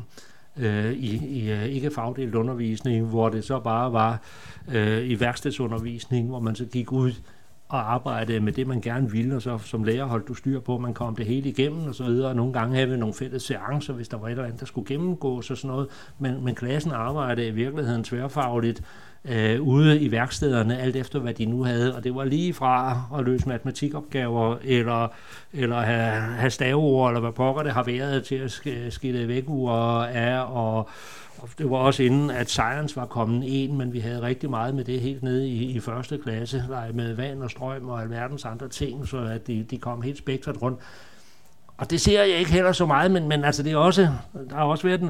i ikke fagdelt undervisning, hvor det så bare var i værkstedsundervisning, hvor man så gik ud og arbejdede med det, man gerne ville, og så som lærer holdt du styr på, man kom det hele igennem og så videre. Nogle gange havde vi nogle fælles seancer, hvis der var et eller andet, der skulle gennemgås og sådan noget, men klassen arbejdede i virkeligheden tværfagligt ude i værkstederne, alt efter hvad de nu havde, og det var lige fra at løse matematikopgaver, eller have staveord, eller hvad pokker det har været til at skille vækure af, og det var også inden, at science var kommet ind, men vi havde rigtig meget med det helt nede i første klasse, med vand og strøm og alverdens andre ting, så at de kom helt spektret rundt. Og det ser jeg ikke heller så meget, men altså det er også, der har også været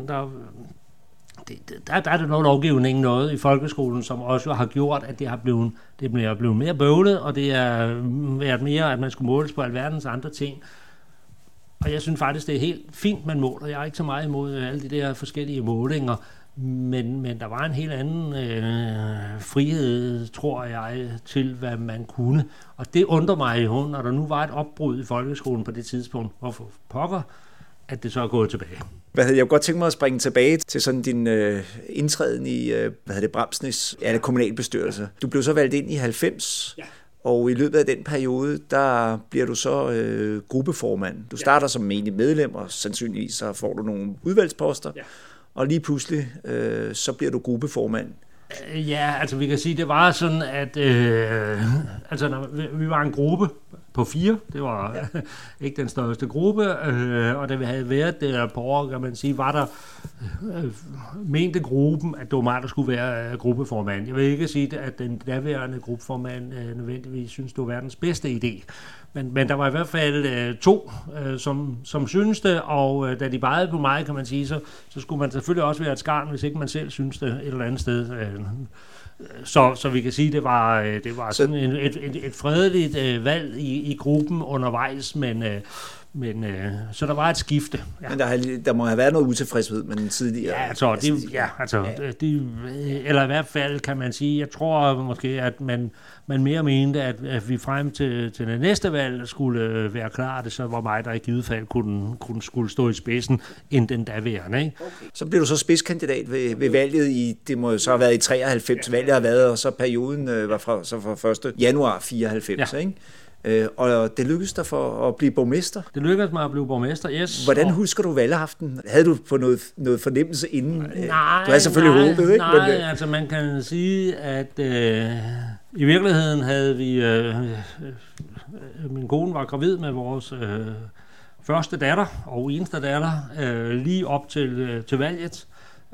der er det noget lovgivning noget i folkeskolen, som også har gjort, at det er blevet mere bøvlet, og det er været mere, at man skulle måles på alverdens andre ting. Og jeg synes faktisk, det er helt fint, man måler. Jeg er ikke så meget imod alle de der forskellige målinger, men der var en helt anden frihed, tror jeg, til hvad man kunne. Og det undrer mig jo, når der nu var et opbrud i folkeskolen på det tidspunkt. Hvorfor pokker, at det så er gået tilbage? Jeg kunne godt tænke mig at springe tilbage til sådan din indtræden i Bramsnæs kommunalbestyrelse. Du blev så valgt ind i 90. Ja. Og i løbet af den periode, der bliver du så gruppeformand. Du starter som menig medlem, og sandsynligvis så får du nogle udvalgsposter. Ja. Og lige pludselig, så bliver du gruppeformand. Ja, altså vi kan sige, det var sådan, at når vi var en gruppe på 4, det var ikke den største gruppe, og da vi havde været der på år, kan man sige, var der mente gruppen, at det var mig, der skulle være gruppeformand. Jeg vil ikke sige, at den daværende gruppeformand nødvendigvis synes, det var verdens bedste idé. Men der var i hvert fald 2, som synes det, og da de pegede på mig, kan man sige, så skulle man selvfølgelig også være et skarn, hvis ikke man selv synes det et eller andet sted. Så vi kan sige, det var sådan et fredeligt valg i gruppen undervejs, men så der var et skifte. Ja. Men der må have været noget utilfredshed med den tidligere. Eller i hvert fald kan man sige, jeg tror måske, at man mere mente, at vi frem til det næste valg skulle være klar, det så var mig, der i givet fald skulle stå i spidsen, end den daværende. Ikke? Okay. Så blev du så spidskandidat ved valget det må jo så have været i 93, valget har været, og så perioden var fra 1. januar 94, ikke? Og det lykkedes dig for at blive borgmester? Det lykkedes mig at blive borgmester, yes. Hvordan husker du valgaften? Havde du på noget fornemmelse inden? Nej, du havde selvfølgelig håbet, ikke? Nej, altså man kan sige, at i virkeligheden havde vi... min kone var gravid med vores første datter og eneste datter lige op til valget.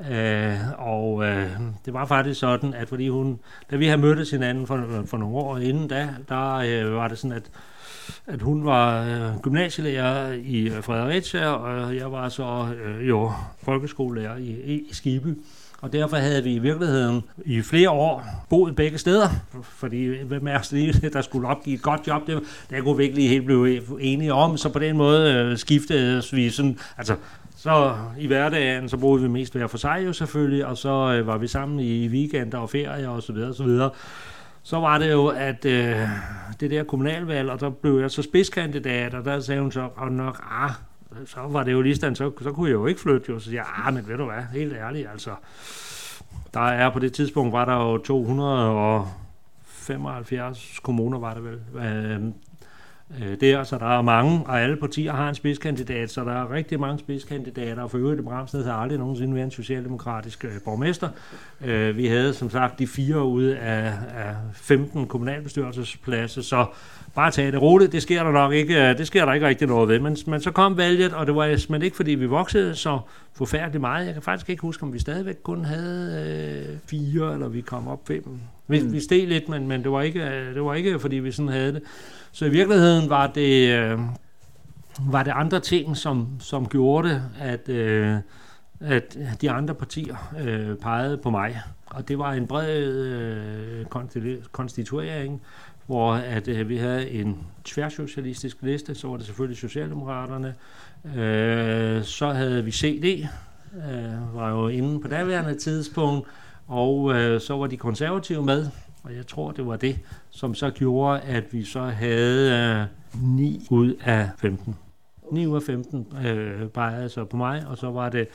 Det var faktisk sådan, at fordi da vi havde mødtes hinanden for nogle år inden der var det sådan, at hun var gymnasielærer i Fredericia, og jeg var så folkeskolelærer i Skiby. og derfor havde vi i virkeligheden i flere år boet begge steder, fordi hvem er det, der skulle opgive et godt job, det kunne vi ikke lige helt blive enige om, så på den måde skiftede vi sådan, altså så i hverdagen, så boede vi mest hver for sig jo selvfølgelig, og så var vi sammen i weekender og ferier og så videre og så videre. Så var det jo, at det der kommunalvalg, og der blev jeg så spidskandidat, og der sagde hun så nok, så var det jo lige stand, så kunne jeg jo ikke flytte, jo. Så siger jeg, men ved du hvad, helt ærligt, altså, der er på det tidspunkt, var der jo 275 kommuner, var det vel, der, så der er mange, og alle partier har en spidskandidat, så der er rigtig mange spidskandidater, og for øvrigt i Bramsnæs har aldrig nogensinde været en socialdemokratisk borgmester. Vi havde som sagt de 4 ud af 15 kommunalbestyrelsespladser, så bare tage det roligt, det sker der nok ikke, det sker der ikke rigtig noget ved, men så kom valget, og det var men ikke fordi vi voksede så forfærdeligt meget. Jeg kan faktisk ikke huske, om vi stadigvæk kun havde 4, eller vi kom op 5. Vi steg lidt, men det var ikke fordi vi sådan havde det. Så i virkeligheden var det andre ting, som gjorde det, at de andre partier pegede på mig. Og det var en bred konstituering, hvor at vi havde en tværsocialistisk liste, så var det selvfølgelig Socialdemokraterne. Så havde vi CD, var jo inde på daværende tidspunkt, og så var de konservative med. Og jeg tror, det var det, som så gjorde, at vi så havde 9 ud af 15. 9 ud af 15 pegede så på mig, og så var det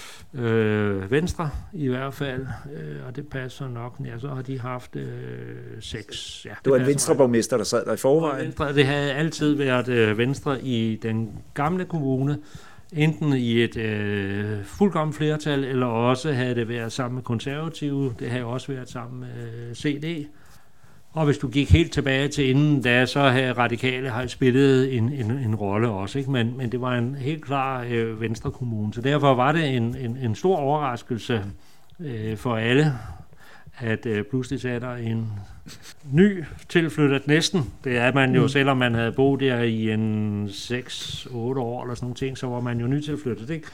Venstre i hvert fald, og det passer nok. Ja, så har de haft 6. Ja, det var en Venstre-borgmester, der sad der i forvejen. Venstre, det havde altid været Venstre i den gamle kommune, enten i et fuldkommen flertal, eller også havde det været sammen med konservative. Det havde også været sammen med CD. Og hvis du gik helt tilbage til inden da, så havde radikale spillet en rolle også, ikke? Men det var en helt klar Venstre-kommune. Så derfor var det en stor overraskelse for alle, at pludselig satte der en ny tilflyttet næsten. Det er man jo, selvom man havde boet der i en 6-8 år eller sådan nogle ting, så var man jo nytilflyttet, ikke?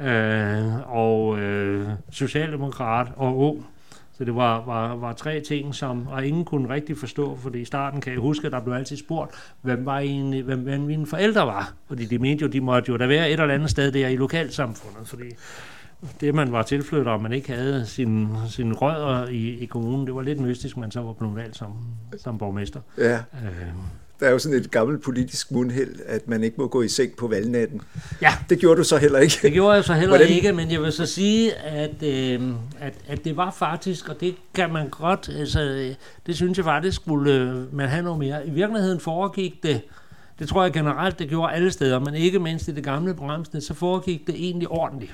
Og socialdemokrat og ung. Så det var 3 ting, og ingen kunne rigtig forstå, fordi i starten kan jeg huske, at der blev altid spurgt, hvem mine forældre var. Fordi de mente jo, de måtte jo da være et eller andet sted der i lokalsamfundet, fordi det, man var tilflytter, og man ikke havde sine rødder i kommunen, det var lidt mystisk, man så var blevet valgt som borgmester. Ja. Der er jo sådan et gammelt politisk mundheld, at man ikke må gå i seng på valgnatten. Ja. Det gjorde du så heller ikke. Det gjorde jeg så heller ikke, men jeg vil så sige, at det var faktisk, og det kan man godt, altså, det synes jeg faktisk skulle man have noget mere. I virkeligheden foregik det tror jeg generelt, det gjorde alle steder, men ikke mindst i det gamle Bramsnæs, så foregik det egentlig ordentligt.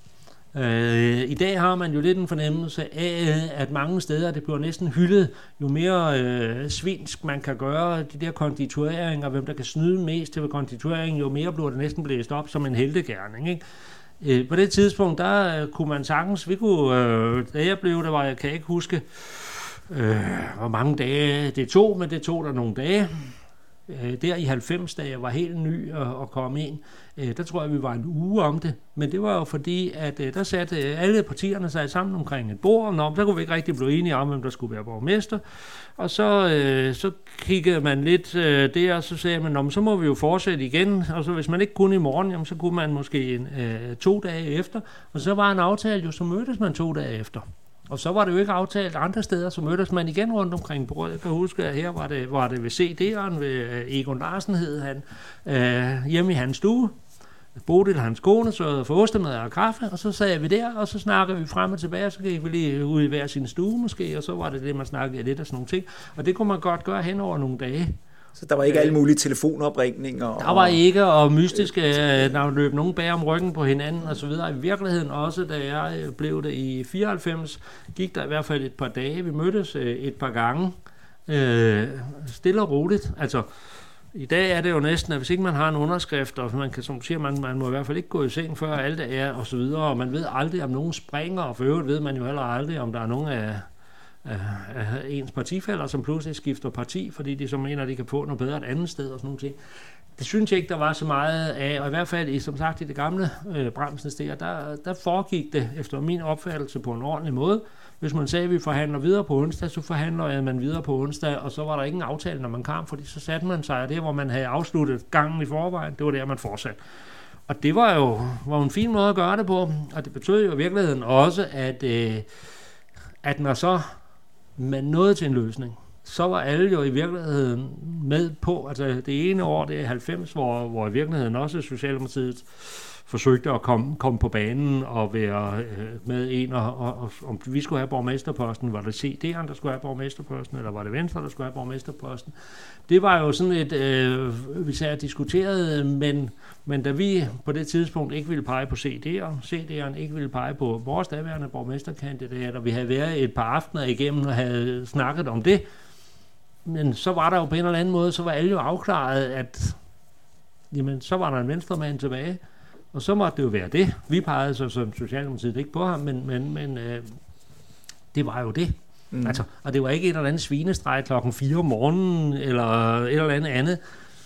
I dag har man jo lidt en fornemmelse af, at mange steder det bliver næsten hyldet, jo mere svinsk man kan gøre de der konstitueringer, hvem der kan snyde mest til konstitueringen, jo mere bliver det næsten blæst op som en heltegerning, ikke? På det tidspunkt, der kunne man sagtens, da jeg blev det, jeg kan ikke huske, hvor mange dage det tog, men det tog der nogle dage. Der i 90, da jeg var helt ny at komme ind, der tror jeg, vi var en uge om det. Men det var jo fordi, at der satte alle partierne sig sammen omkring et bord, og der kunne vi ikke rigtig blive enige om, hvem der skulle være borgmester. Og så kiggede man lidt der, og så sagde man, så må vi jo fortsætte igen. Og så hvis man ikke kunne i morgen, jamen, så kunne man måske 2 dage efter. Og så var en aftale jo, så mødtes man 2 dage efter. Og så var det jo ikke aftalt andre steder, så mødtes man igen rundt omkring bordet. Jeg kan huske, at her var det ved CD'eren, ved Egon Larsen hed han, hjemme i hans stue. Bodil, hans kone, så for ostemad og kaffe, og så sad vi der, og så snakkede vi frem og tilbage, og så gik vi lige ud i hver sin stue måske, og så var det man snakkede lidt og sådan nogle ting. Og det kunne man godt gøre hen over nogle dage. Så der var ikke alle mulige telefonopringninger? Der var ikke, og mystiske, der løb nogen bag om ryggen på hinanden og så videre. I virkeligheden også, da jeg blev det i 94, gik der i hvert fald et par dage. Vi mødtes et par gange, stille og roligt. Altså, i dag er det jo næsten, at hvis ikke man har en underskrift, og man kan, som siger, man må i hvert fald ikke gå i seng før alt det er, og så videre, og man ved aldrig, om nogen springer, og for øvrigt ved man jo heller aldrig, om der er nogen ens partifæller, som pludselig skifter parti, fordi de så mener, at de kan få noget bedre et andet sted og sådan nogle ting. Det synes jeg ikke, der var så meget af, og i hvert fald som sagt i det gamle Bramsens der foregik det efter min opfattelse på en ordentlig måde. Hvis man sagde, at vi forhandler videre på onsdag, så forhandler man videre på onsdag, og så var der ingen aftale, når man kom, fordi så satte man sig, og det hvor man havde afsluttet gangen i forvejen, det var der, man fortsatte. Og det var jo en fin måde at gøre det på, og det betød jo i virkeligheden også, at når så man nåede til en løsning, så var alle jo i virkeligheden med på, altså det ene år, det er 90, hvor i virkeligheden også Socialdemokratiet forsøgte at komme på banen og være med en, og om vi skulle have borgmesterposten, var det CD'eren, der skulle have borgmesterposten, eller var det Venstre, der skulle have borgmesterposten. Det var jo sådan et, vi sagde, diskuteret, men da vi på det tidspunkt ikke ville pege på CD'eren ikke ville pege på vores daværende borgmesterkandidater, vi havde været et par aftener igennem og havde snakket om det, men så var der jo på en eller anden måde, så var alle jo afklaret, at jamen, så var der en venstremand tilbage, og så måtte det jo være det. Vi pegede så som Socialdemokratiet ikke på ham, men det var jo det. Mm. Altså, og det var ikke et eller andet svinestreg klokken 4 om morgenen, eller et eller andet.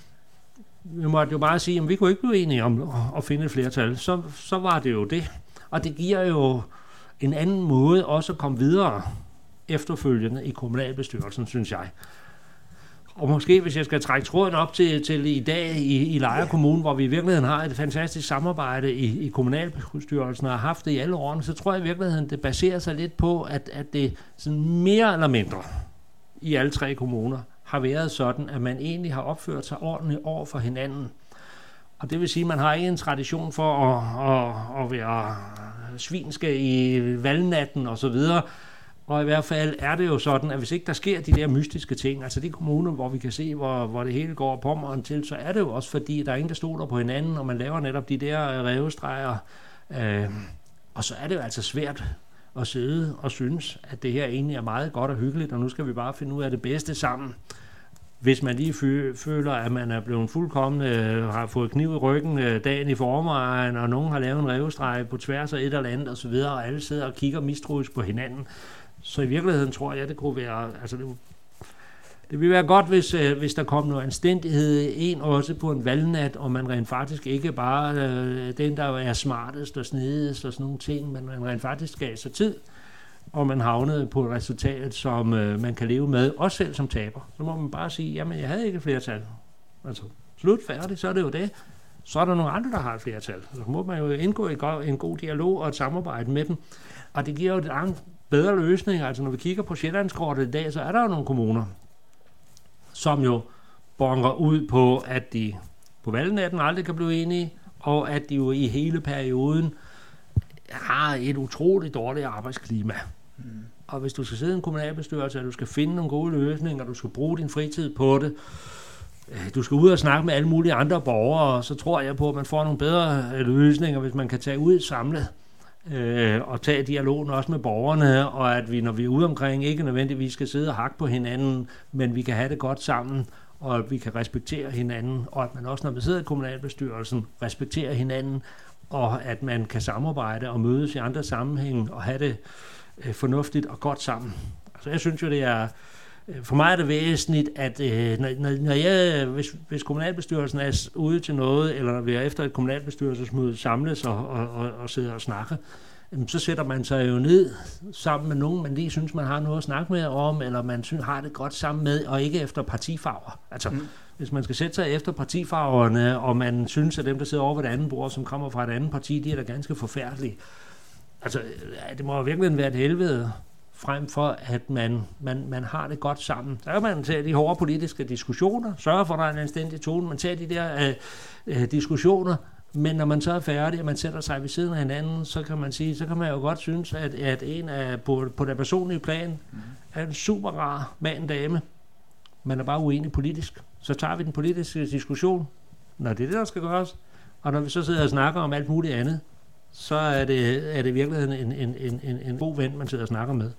Vi måtte jo bare sige, at vi kunne ikke blive enige om at finde et flertal. Så var det jo det. Og det giver jo en anden måde også at komme videre efterfølgende i kommunalbestyrelsen, synes jeg. Og måske, hvis jeg skal trække tråden op til i dag i Lejre Kommune, hvor vi i virkeligheden har et fantastisk samarbejde i kommunalbestyrelsen og har haft det i alle årene, så tror jeg i virkeligheden, det baserer sig lidt på, at det sådan mere eller mindre i alle 3 kommuner har været sådan, at man egentlig har opført sig ordentligt over for hinanden. Og det vil sige, at man har ikke en tradition for at være svinske i valgnatten og så videre. Og i hvert fald er det jo sådan, at hvis ikke der sker de der mystiske ting, altså de kommuner, hvor vi kan se, hvor det hele går pommeren til, så er det jo også fordi, der er ingen, der stoler på hinanden, og man laver netop de der rævestreger. Og så er det jo altså svært at sidde og synes, at det her egentlig er meget godt og hyggeligt, og nu skal vi bare finde ud af det bedste sammen. Hvis man lige føler, at man er blevet fuldkommen, har fået kniv i ryggen dagen i forvejen, og nogen har lavet en rævestreg på tværs af et eller andet osv., og alle sidder og kigger mistroisk på hinanden. Så i virkeligheden tror jeg, det kunne være, altså det ville være godt, hvis der kom noget anstændighed ind også på en valgnat, og man rent faktisk ikke bare den, der er smartest og snedigst og sådan nogle ting, men man rent faktisk gav sig tid, og man havnede på et resultat, som man kan leve med, også selv som taber. Så må man bare sige, jamen jeg havde ikke et flertal. Altså slut, færdig, så er det jo det. Så er der nogle andre, der har et flertal. Så må man jo indgå i en god dialog og et samarbejde med dem. Og det giver jo et bedre løsning. Altså når vi kigger på Sjællandskortet i dag, så er der jo nogle kommuner, som jo bonger ud på, at de på valgnatten aldrig kan blive enige, og at de jo i hele perioden har et utroligt dårligt arbejdsklima. Mm. Og hvis du skal sidde i en kommunalbestyrelse, og du skal finde nogle gode løsninger, du skal bruge din fritid på det, du skal ud og snakke med alle mulige andre borgere, så tror jeg på, at man får nogle bedre løsninger, hvis man kan tage ud samlet og tage dialogen også med borgerne, og at vi, når vi er ude omkring, ikke nødvendigvis skal sidde og hakke på hinanden, men vi kan have det godt sammen, og at vi kan respektere hinanden, og at man også, når vi sidder i kommunalbestyrelsen, respekterer hinanden, og at man kan samarbejde og mødes i andre sammenhænge og have det fornuftigt og godt sammen. Altså jeg synes jo, det er for mig er det væsentligt, at hvis kommunalbestyrelsen er ude til noget, eller når vi er efter et kommunalbestyrelsesmøde samles og sidder og snakker, så sætter man sig jo ned sammen med nogen, man lige synes, man har noget at snakke med om, eller man synes, har det godt sammen med, og ikke efter partifarver. Altså, hvis man skal sætte sig efter partifarverne, og man synes, at dem, der sidder over ved det andet bord, som kommer fra et andet parti, de er da ganske forfærdelige. Altså, det må jo virkelig være et helvede, frem for at man har det godt sammen. Så kan man tage de hårde politiske diskussioner, sørge for, at der er en anstændig tone, man tager de der diskussioner, men når man så er færdig, og man sætter sig ved siden af hinanden, så kan man sige, så kan man jo godt synes, at en af på det personlige plan er en super rar mand, dame. Man er bare uenig politisk. Så tager vi den politiske diskussion, når det er det, der skal gøres, og når vi så sidder og snakker om alt muligt andet, så er det virkelig en god ven, man sidder og snakker med.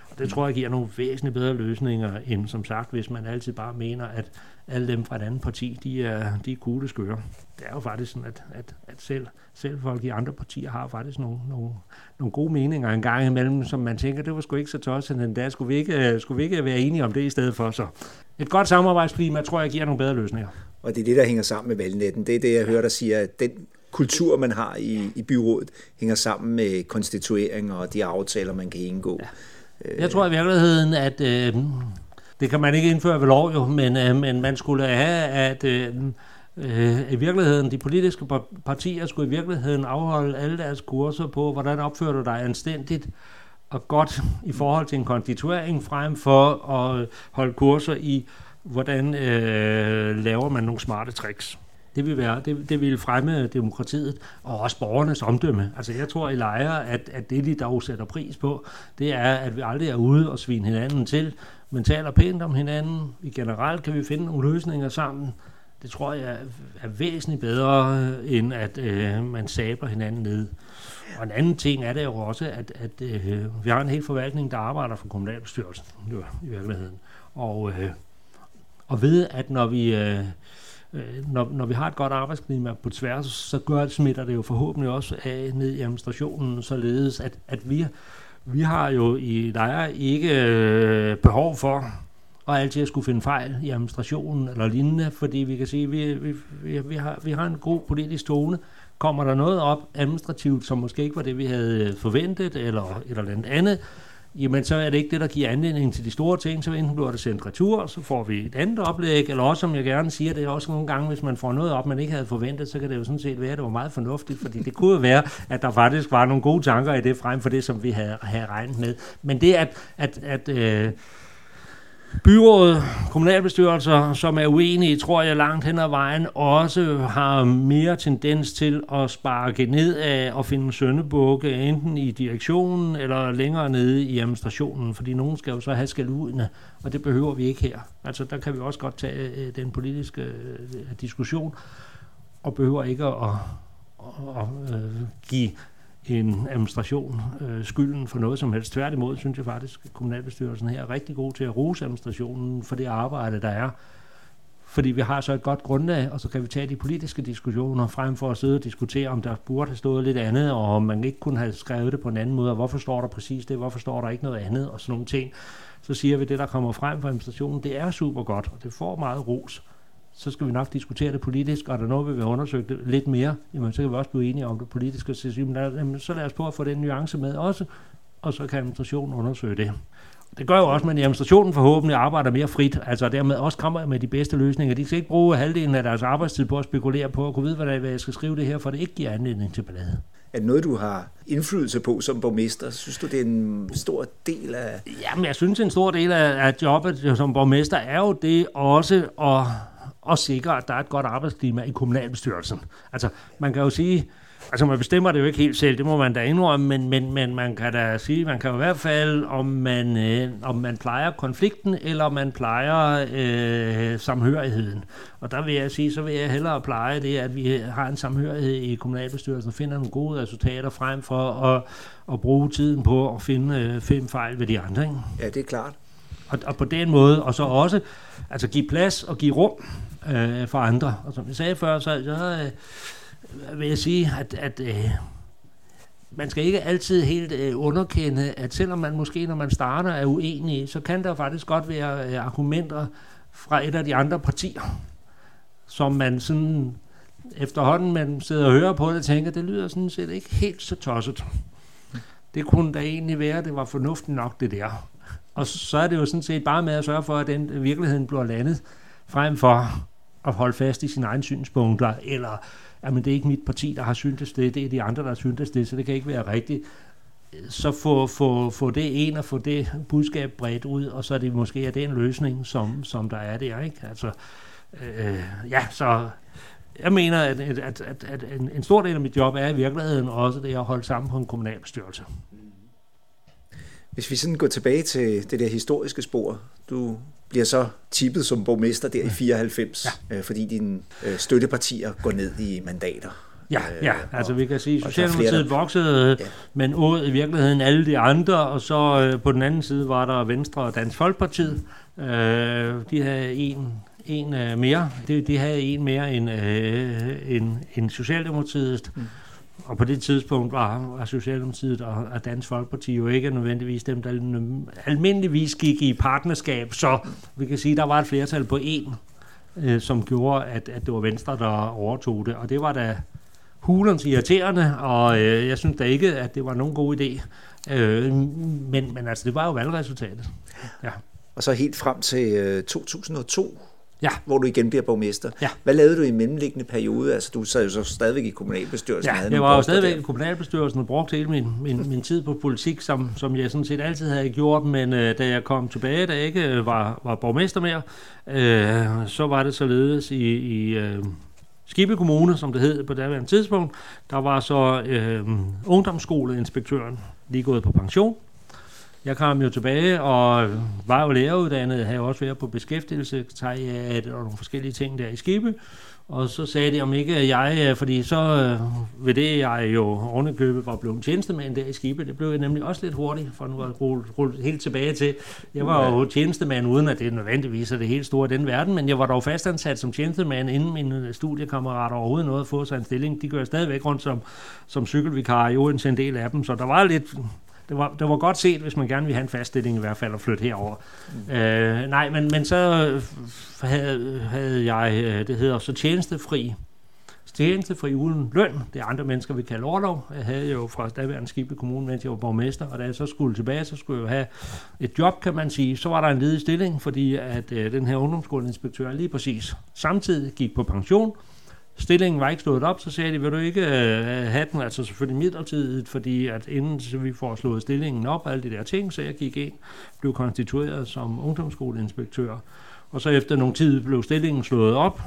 Og det tror jeg giver nogle væsentligt bedre løsninger, end som sagt, hvis man altid bare mener, at alle dem fra et andet parti, de er kugleskøre. Det er jo faktisk sådan, at selv folk i andre partier har faktisk nogle gode meninger en gang imellem, som man tænker, det var sgu ikke så tosset endda. Skulle vi ikke være enige om det i stedet for? Så et godt samarbejdsklima, tror jeg, giver nogle bedre løsninger. Og det er det, der hænger sammen med valgnetten. Det er det, jeg hører dig sige, at den kultur, man har i byrådet, hænger sammen med konstitueringer og de aftaler, man kan indgå. Ja. Jeg tror i virkeligheden, at det kan man ikke indføre ved lov, jo, men man skulle have, at i virkeligheden, de politiske partier skulle i virkeligheden afholde alle deres kurser på, hvordan opfører du dig anstændigt og godt i forhold til en konstituering, frem for at holde kurser i, hvordan laver man nogle smarte tricks. Det vil fremme demokratiet og også borgernes omdømme. Altså jeg tror i Lejre, at det de dog sætter pris på, det er, at vi aldrig er ude og svine hinanden til, men taler pænt om hinanden. I generelt kan vi finde nogle løsninger sammen. Det tror jeg er væsentligt bedre, end at man sabler hinanden ned. Og en anden ting er det jo også, at vi har en hel forvaltning, der arbejder for kommunalbestyrelsen i virkeligheden. Og ved, at når vi har et godt arbejdsklima på tværs, så smitter det jo forhåbentlig også af ned i administrationen, således at vi har jo i Lejre ikke behov for at altid skulle finde fejl i administrationen eller lignende, fordi vi kan sige, at vi har en god politisk tone. Kommer der noget op administrativt, som måske ikke var det, vi havde forventet, eller andet, jamen så er det ikke det, der giver anledning til de store ting, så enten bliver det sendt retur, så får vi et andet oplæg, eller også, som jeg gerne siger, det er også nogle gange, hvis man får noget op, man ikke havde forventet, så kan det jo sådan set være, at det var meget fornuftigt, fordi det kunne jo være, at der faktisk var nogle gode tanker i det, frem for det, som vi havde regnet med. Men det, at byrådet, kommunalbestyrelser, som er uenige, tror jeg langt hen ad vejen, også har mere tendens til at sparke ned af og finde syndebukke, enten i direktionen eller længere nede i administrationen, fordi nogen skal jo så have skældudene, og det behøver vi ikke her. Altså der kan vi også godt tage den politiske diskussion, og behøver ikke at give en administration skylden for noget som helst. Tværtimod synes jeg faktisk, at kommunalbestyrelsen her er rigtig god til at rose administrationen for det arbejde, der er. Fordi vi har så et godt grundlag, og så kan vi tage de politiske diskussioner frem for at sidde og diskutere, om der burde have stået lidt andet, og om man ikke kunne have skrevet det på en anden måde, og hvorfor står der præcis det, hvorfor står der ikke noget andet, og sådan nogle ting. Så siger vi, at det, der kommer frem fra administrationen, det er super godt, og det får meget ros. Så skal vi nok diskutere det politisk, og er der noget, vi vil undersøge det lidt mere, jamen, så kan vi også blive enige om det politiske, og så lad os på at få den nuance med også, og så kan administrationen undersøge det. Det gør jo også, at administrationen forhåbentlig arbejder mere frit, altså dermed også kommer med de bedste løsninger. De skal ikke bruge halvdelen af deres arbejdstid på at spekulere på, at kunne vide, hvad jeg skal skrive det her, for det ikke giver anledning til ballade. Er det noget, du har indflydelse på som borgmester? Synes du, det er en stor del af... Jamen, jeg synes, en stor del af jobbet som borgmester er jo det også at sikre, at der er et godt arbejdsklima i kommunalbestyrelsen. Altså, man kan jo sige, altså man bestemmer det jo ikke helt selv, det må man da indrømme, men man kan da sige, man kan jo i hvert fald, om man plejer konflikten, eller man plejer samhørigheden. Og der vil jeg sige, så vil jeg hellere pleje det, at vi har en samhørighed i kommunalbestyrelsen, og finder nogle gode resultater frem for at bruge tiden på at finde 5 fejl ved de andre. Ikke? Ja, det er klart. Og på den måde, og så også altså give plads og give rum for andre. Og som jeg sagde før, så vil jeg sige, at man skal ikke altid helt underkende, at selvom man måske, når man starter, er uenig, så kan der faktisk godt være argumenter fra et af de andre partier, som man sådan efterhånden, man sidder og hører på det, tænker, det lyder sådan set ikke helt så tosset. Det kunne da egentlig være, det var fornuftigt nok det der. Og så er det jo sådan set bare med at sørge for, at den virkeligheden bliver landet, frem for at holde fast i sine egne synspunkter, eller jamen det er ikke mit parti, der har syntes det, det er de andre, der har syntes det, så det kan ikke være rigtigt. Så få det ind og få det budskab bredt ud, og så er det måske den løsning, som der er der, ikke? Altså, så jeg mener, at en stor del af mit job er i virkeligheden også det at holde sammen på en kommunalbestyrelse. Hvis vi sådan går tilbage til det der historiske spor, du bliver så tippet som borgmester der i 94, fordi dine støttepartier går ned i mandater. Ja, altså vi kan sige, at Socialdemokratiet voksede, men åd i virkeligheden alle de andre, og så på den anden side var der Venstre og Dansk Folkeparti. De havde en mere. De havde en mere end Socialdemokratiet. Og på det tidspunkt var Socialdemokratiet og Dansk Folkeparti jo ikke nødvendigvis dem, der almindeligvis gik i partnerskab. Så vi kan sige, at der var et flertal på én, som gjorde, at det var Venstre, der overtog det. Og det var da hulens irriterende, og jeg synes da ikke, at det var nogen god idé. Men altså, det var jo valgresultatet. Ja. Og så helt frem til 2002, hvor du igen bliver borgmester. Ja. Hvad lavede du i mellemliggende periode? Altså, du sad jo så stadigvæk i kommunalbestyrelsen. Ja, jeg var jo stadigvæk i kommunalbestyrelsen og brugte hele min tid på politik, som jeg sådan set altid havde gjort, men da jeg kom tilbage, da jeg ikke var borgmester mere, så var det således i Skive Kommune, som det hed på daværende tidspunkt. Der var så ungdomsskoleinspektøren lige gået på pension. Jeg kom jo tilbage og var jo læreruddannet, havde også været på beskæftigelsessekretariat og nogle forskellige ting der i Skive. Og så sagde de, om ikke jeg, fordi så ved det, jeg jo ovenikøbet var blevet tjenestemand der i Skive, det blev jeg nemlig også lidt hurtigt, for nu var rullet helt tilbage til. Jeg var jo tjenestemand, uden at det nødvendigvis er det helt store i den verden, men jeg var dog fastansat som tjenestemand, inden mine studiekammerater overhovedet nåede at få sig en stilling. De gør stadigvæk rundt som cykelvikar i Odense, en del af dem, så der var lidt... Det var godt set, hvis man gerne ville have en faststilling i hvert fald og flytte herover. Men så havde jeg, det hedder så tjenestefri uden løn. Det er andre mennesker, vi kalder orlov. Jeg havde jo fra daværende Skive Kommune, mens jeg var borgmester, og da jeg så skulle tilbage, så skulle jeg jo have et job, kan man sige. Så var der en ledig stilling, fordi at den her ungdomsskoleinspektør lige præcis samtidig gik på pension. Stillingen var ikke slået op, så sagde de, vil du ikke have den, altså selvfølgelig midlertidigt, fordi at inden så vi får slået stillingen op og alle de der ting, så jeg gik ind, blev konstitueret som ungdomsskoleinspektør, og så efter nogle tid blev stillingen slået op,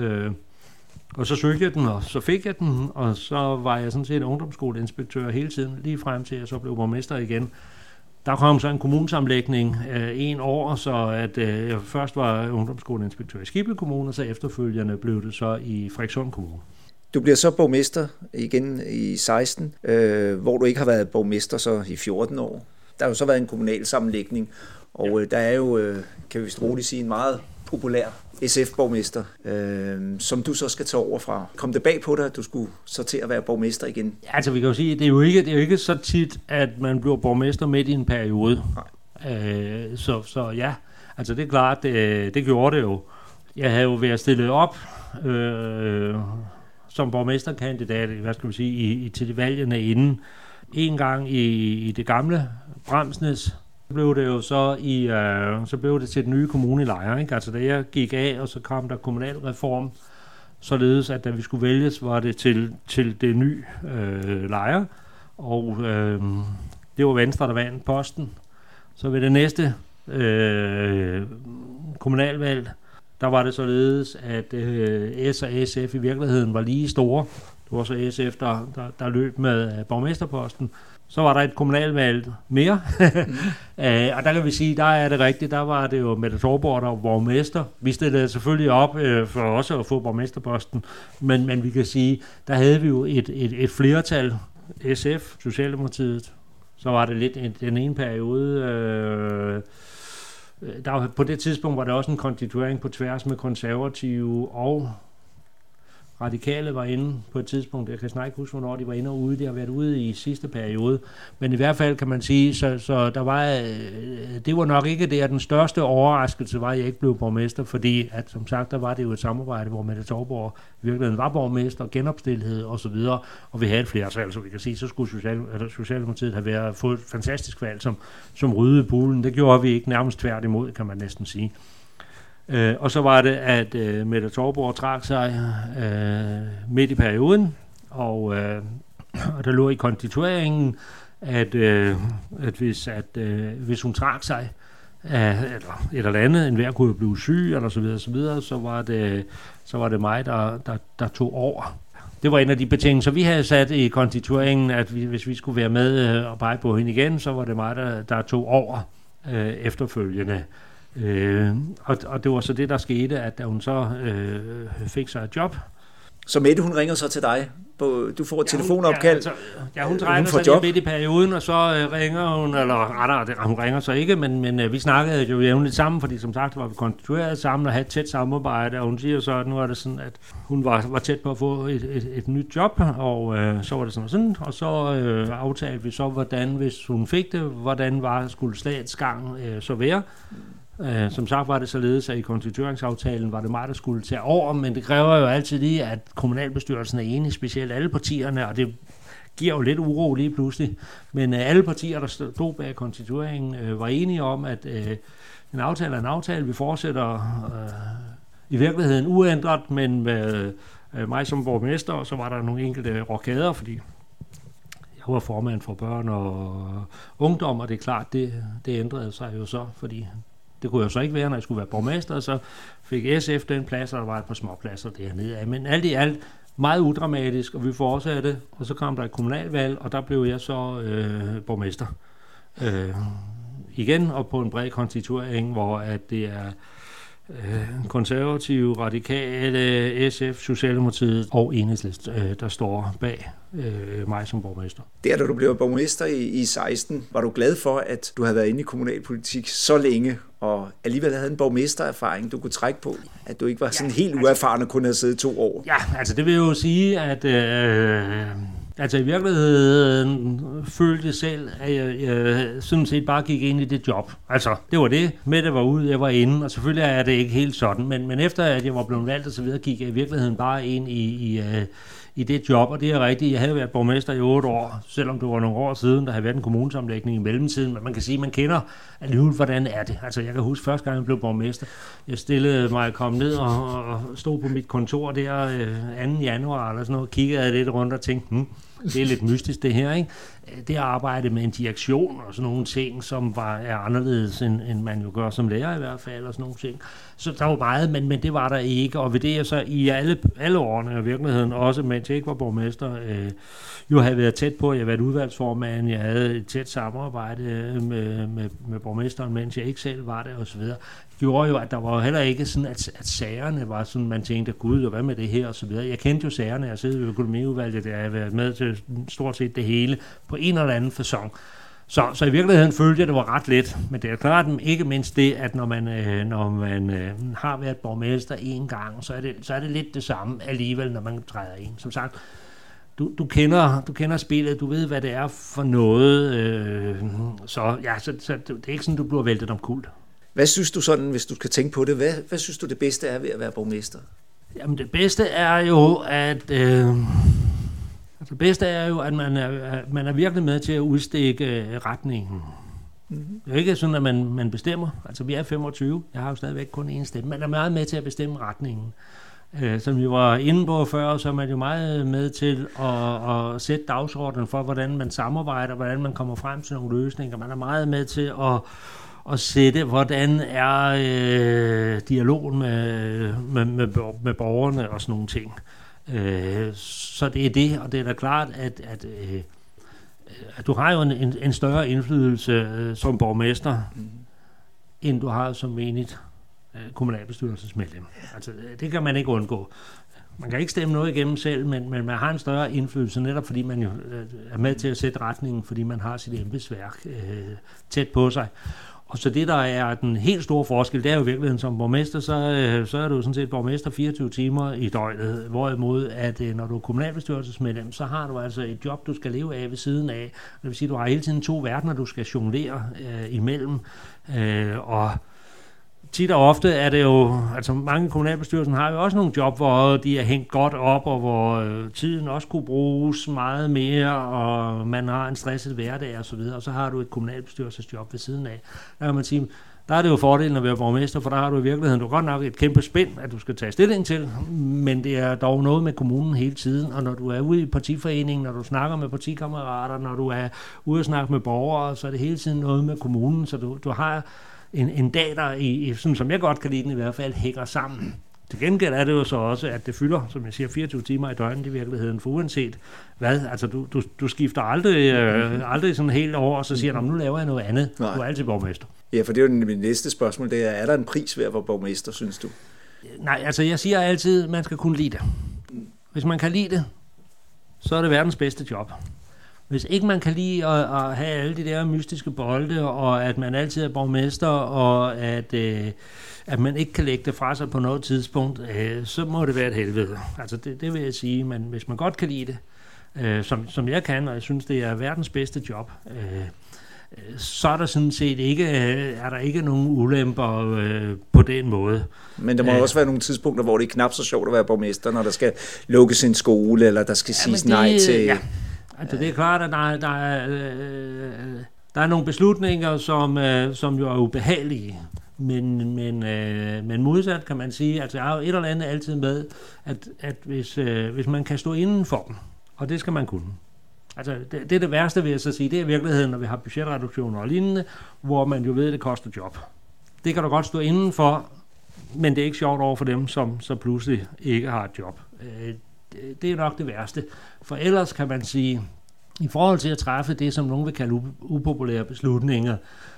og så søgte jeg den, og så fik jeg den, og så var jeg sådan set ungdomsskoleinspektør hele tiden, lige frem til jeg så blev borgmester igen. Der kom så en kommunesammenlægning en år, så at jeg først var ungdomsskoleinspektør i Skive Kommune, og så efterfølgende blev det så i Frederikssund Kommune. Du bliver så borgmester igen i 16, hvor du ikke har været borgmester så i 14 år. Der har jo så været en kommunal sammenlægning, og der er jo, kan vi vist roligt sige, en meget populær SF-borgmester, som du så skal tage over fra. Kom det bag på dig, at du skulle så til at være borgmester igen? Ja, altså vi kan jo sige, det er jo ikke så tit, at man bliver borgmester midt i en periode. Så ja, altså det er klart, det gjorde det jo. Jeg havde jo været stillet op som borgmesterkandidat, hvad skal vi sige, til valgene inden. En gang i det gamle Bramsnæs, blev det jo så blev det til den nye kommune i Lejre, ikke? Altså da jeg gik af, og så kom der kommunalreform, således at da vi skulle vælges, var det til det nye Lejre, og det var Venstre, der vandt posten. Så ved det næste kommunalvalg, der var det således, at S og SF i virkeligheden var lige store. Det var så SF, der løb med borgmesterposten. Så var der et kommunalvalg mere, og der kan vi sige, der er det rigtigt, der var det jo Mette Thorborg, der var borgmester. Vi stillede selvfølgelig op for også at få borgmesterposten, men vi kan sige, der havde vi jo et flertal, SF, Socialdemokratiet, så var det lidt den ene periode, på det tidspunkt var der også en konstituering på tværs med konservative og Radikale var inde på et tidspunkt, jeg kan snart ikke huske, hvornår de var inde og ude, de har været ude i sidste periode, men i hvert fald kan man sige, så der var, det var nok ikke det, at den største overraskelse var, at jeg ikke blev borgmester, fordi at som sagt, der var det jo et samarbejde, hvor Mette Thorborg i virkeligheden var borgmester, genopstilhed og så videre, og vi havde et flertal, så vi kan sige, så skulle Socialdemokratiet have fået et fantastisk valg, som ryddede poolen. Det gjorde vi ikke, nærmest tværtimod, kan man næsten sige. Og så var det, at Mette Thorborg trak sig midt i perioden, og der lå i konstitueringen, at hvis hun trak sig, eller et eller andet, enhver kunne blive syg, eller så videre, så var det mig, der tog over. Det var en af de betingelser, vi havde sat i konstitueringen, at hvis vi skulle være med og pege på hende igen, så var det mig, der tog over efterfølgende. Og det var så det, der skete, at da hun så fik sig et job. Så Mette, hun ringer så til dig Du får et telefonopkald. Hun trækker sig lige midt i perioden, og så ringer hun, eller rettere, hun ringer så ikke, men vi snakkede jo jævnligt sammen, fordi som sagt var vi konstitueret sammen og havde et tæt samarbejde, og hun siger så, at nu er det sådan, at hun var tæt på at få et nyt job, og så var det sådan, og så aftalte vi så, hvordan, hvis hun fik det, hvordan skulle slagets gang så være. Som sagt var det således, at i konstitueringsaftalen var det mig, der skulle tage over, men det kræver jo altid lige, at kommunalbestyrelsen er enige, specielt alle partierne, og det giver jo lidt uro lige pludselig. Men alle partier, der stod bag konstitueringen, var enige om, at en aftale er en aftale. Vi fortsætter i virkeligheden uændret, men med mig som borgmester, og så var der nogle enkelte rokader, fordi jeg var formand for børn og ungdom, og det er klart, det ændrede sig jo så, fordi det kunne jo så ikke være, når jeg skulle være borgmester, og så fik SF den plads, og der var et par småpladser dernede af. Men alt i alt meget udramatisk, og vi fortsatte, og så kom der et kommunalvalg, og der blev jeg så borgmester. Igen, og på en bred konstituering, hvor at det er konservative, radikale, SF, Socialdemokratiet og Enhedslisten, der står bag mig som borgmester. Da du blev borgmester i 16, var du glad for, at du havde været inde i kommunalpolitik så længe, og alligevel havde en borgmestererfaring, du kunne trække på, at du ikke var sådan helt uerfaren og kun havde siddet 2 år? Ja, altså det vil jo sige, at i virkeligheden følte jeg selv, at jeg sådan set bare gik ind i det job. Altså, det var det. Mette var ude, jeg var inde, og selvfølgelig er det ikke helt sådan. Men efter at jeg var blevet valgt og så videre, gik jeg i virkeligheden bare ind i det job, og det er rigtigt. Jeg havde været borgmester i 8 år, selvom det var nogle år siden, der havde været en kommunesammenlægning i mellemtiden, men man kan sige, at man kender alligevel, hvordan er det. Altså, jeg kan huske første gang, jeg blev borgmester. Jeg stillede mig, kom ned og stod på mit kontor der 2. januar eller sådan noget, kiggede lidt rundt og tænkte, det er lidt mystisk det her, ikke? Det at arbejde med en direktion og sådan nogle ting, som er anderledes, end man jo gør som lærer i hvert fald, og sådan nogle ting. Så der var meget, men det var der ikke, og ved det jeg så i alle årene i virkeligheden, også mens jeg ikke var borgmester, jo havde været tæt på, jeg havde været udvalgsformand, jeg havde et tæt samarbejde med borgmesteren, mens jeg ikke selv var det, og så videre. Gjorde jo, at der var heller ikke sådan, at sagerne var sådan, man tænkte, gud, og hvad med det her, og så videre. Jeg kendte jo sagerne, jeg sidder i økonomiudvalget, der har været med til stort set det hele, på en eller anden facon. Så i virkeligheden følte jeg, det var ret let, men det er klart ikke mindst det, at når man har været borgmester en gang, så er det lidt det samme alligevel, når man træder ind. Som sagt, du kender spillet, du ved, hvad det er for noget, så det er ikke sådan, du bliver væltet omkuld. Hvad synes du sådan, hvis du skal tænke på det, hvad synes du det bedste er ved at være borgmester? Jamen det bedste er jo, at man er virkelig med til at udstikke retningen. Mm-hmm. Det er ikke sådan, at man bestemmer. Altså vi er 25, jeg har jo stadigvæk kun én stemme. Man er meget med til at bestemme retningen. Som vi var inde på før, så er man jo meget med til at sætte dagsordenen for, hvordan man samarbejder, hvordan man kommer frem til nogle løsninger. Man er meget med til at sætte, hvordan er dialogen med borgerne og sådan nogle ting. Så det er det, og det er da klart, at du har jo en større indflydelse som borgmester, end du har som menigt kommunalbestyrelsesmedlem. Altså, det kan man ikke undgå. Man kan ikke stemme noget igennem selv, men man har en større indflydelse, netop fordi man jo er med til at sætte retningen, fordi man har sit embedsværk tæt på sig. Og så det, der er den helt store forskel, det er jo i virkeligheden som borgmester, så er du sådan set borgmester 24 timer i døgnet. Hvorimod, at når du er kommunalbestyrelsesmedlem, så har du altså et job, du skal leve af ved siden af. Det vil sige, du har hele tiden 2 verdener, du skal jonglere imellem. Og tit og ofte er det jo, altså mange kommunalbestyrelser har jo også nogle job, hvor de er hængt godt op, og hvor tiden også kunne bruges meget mere, og man har en stresset hverdag og så videre, og så har du et kommunalbestyrelsesjob ved siden af. Der kan man sige, der er det jo fordelen at være borgmester, for der har du i virkeligheden, du har godt nok et kæmpe spænd, at du skal tage stilling til, men det er dog noget med kommunen hele tiden, og når du er ude i partiforeningen, når du snakker med partikammerater, når du er ude og snakke med borgere, så er det hele tiden noget med kommunen, så du har en dag, der sådan som jeg godt kan lide den i hvert fald, hænger sammen. Til gengæld er det jo så også, at det fylder, som jeg siger, 24 timer i døgnet i virkeligheden, for uanset hvad. Altså du skifter aldrig sådan helt over, og så siger nu laver jeg noget andet. Nej. Du er altid borgmester. Ja, for det er jo mit næste spørgsmål, det er der en pris ved at være borgmester, synes du? Nej, altså jeg siger altid, man skal kunne lide det. Hvis man kan lide det, så er det verdens bedste job. Hvis ikke man kan lide at have alle de der mystiske bolde, og at man altid er borgmester, og at man ikke kan lægge det fra sig på noget tidspunkt, så må det være et helvede. Altså det vil jeg sige, men hvis man godt kan lide det, som jeg kan, og jeg synes, det er verdens bedste job, så er der sådan set ikke nogen ulemper på den måde. Men der må også være nogle tidspunkter, hvor det er knap så sjovt at være borgmester, når der skal lukkes en skole, eller der skal siges nej til... Ja. Altså, det er klart, at der er nogle beslutninger, som jo er ubehagelige, men modsat kan man sige, altså jeg har jo et eller andet altid med, at hvis man kan stå inden for dem, og det skal man kunne. Altså det er det værste, vil jeg så sige, det er i virkeligheden, når vi har budgetreduktioner og lignende, hvor man jo ved, at det koster job. Det kan du godt stå inden for, men det er ikke sjovt over for dem, som så pludselig ikke har et job. Det er nok det værste. For ellers kan man sige, i forhold til at træffe det, som nogen vil kalde upopulære beslutninger,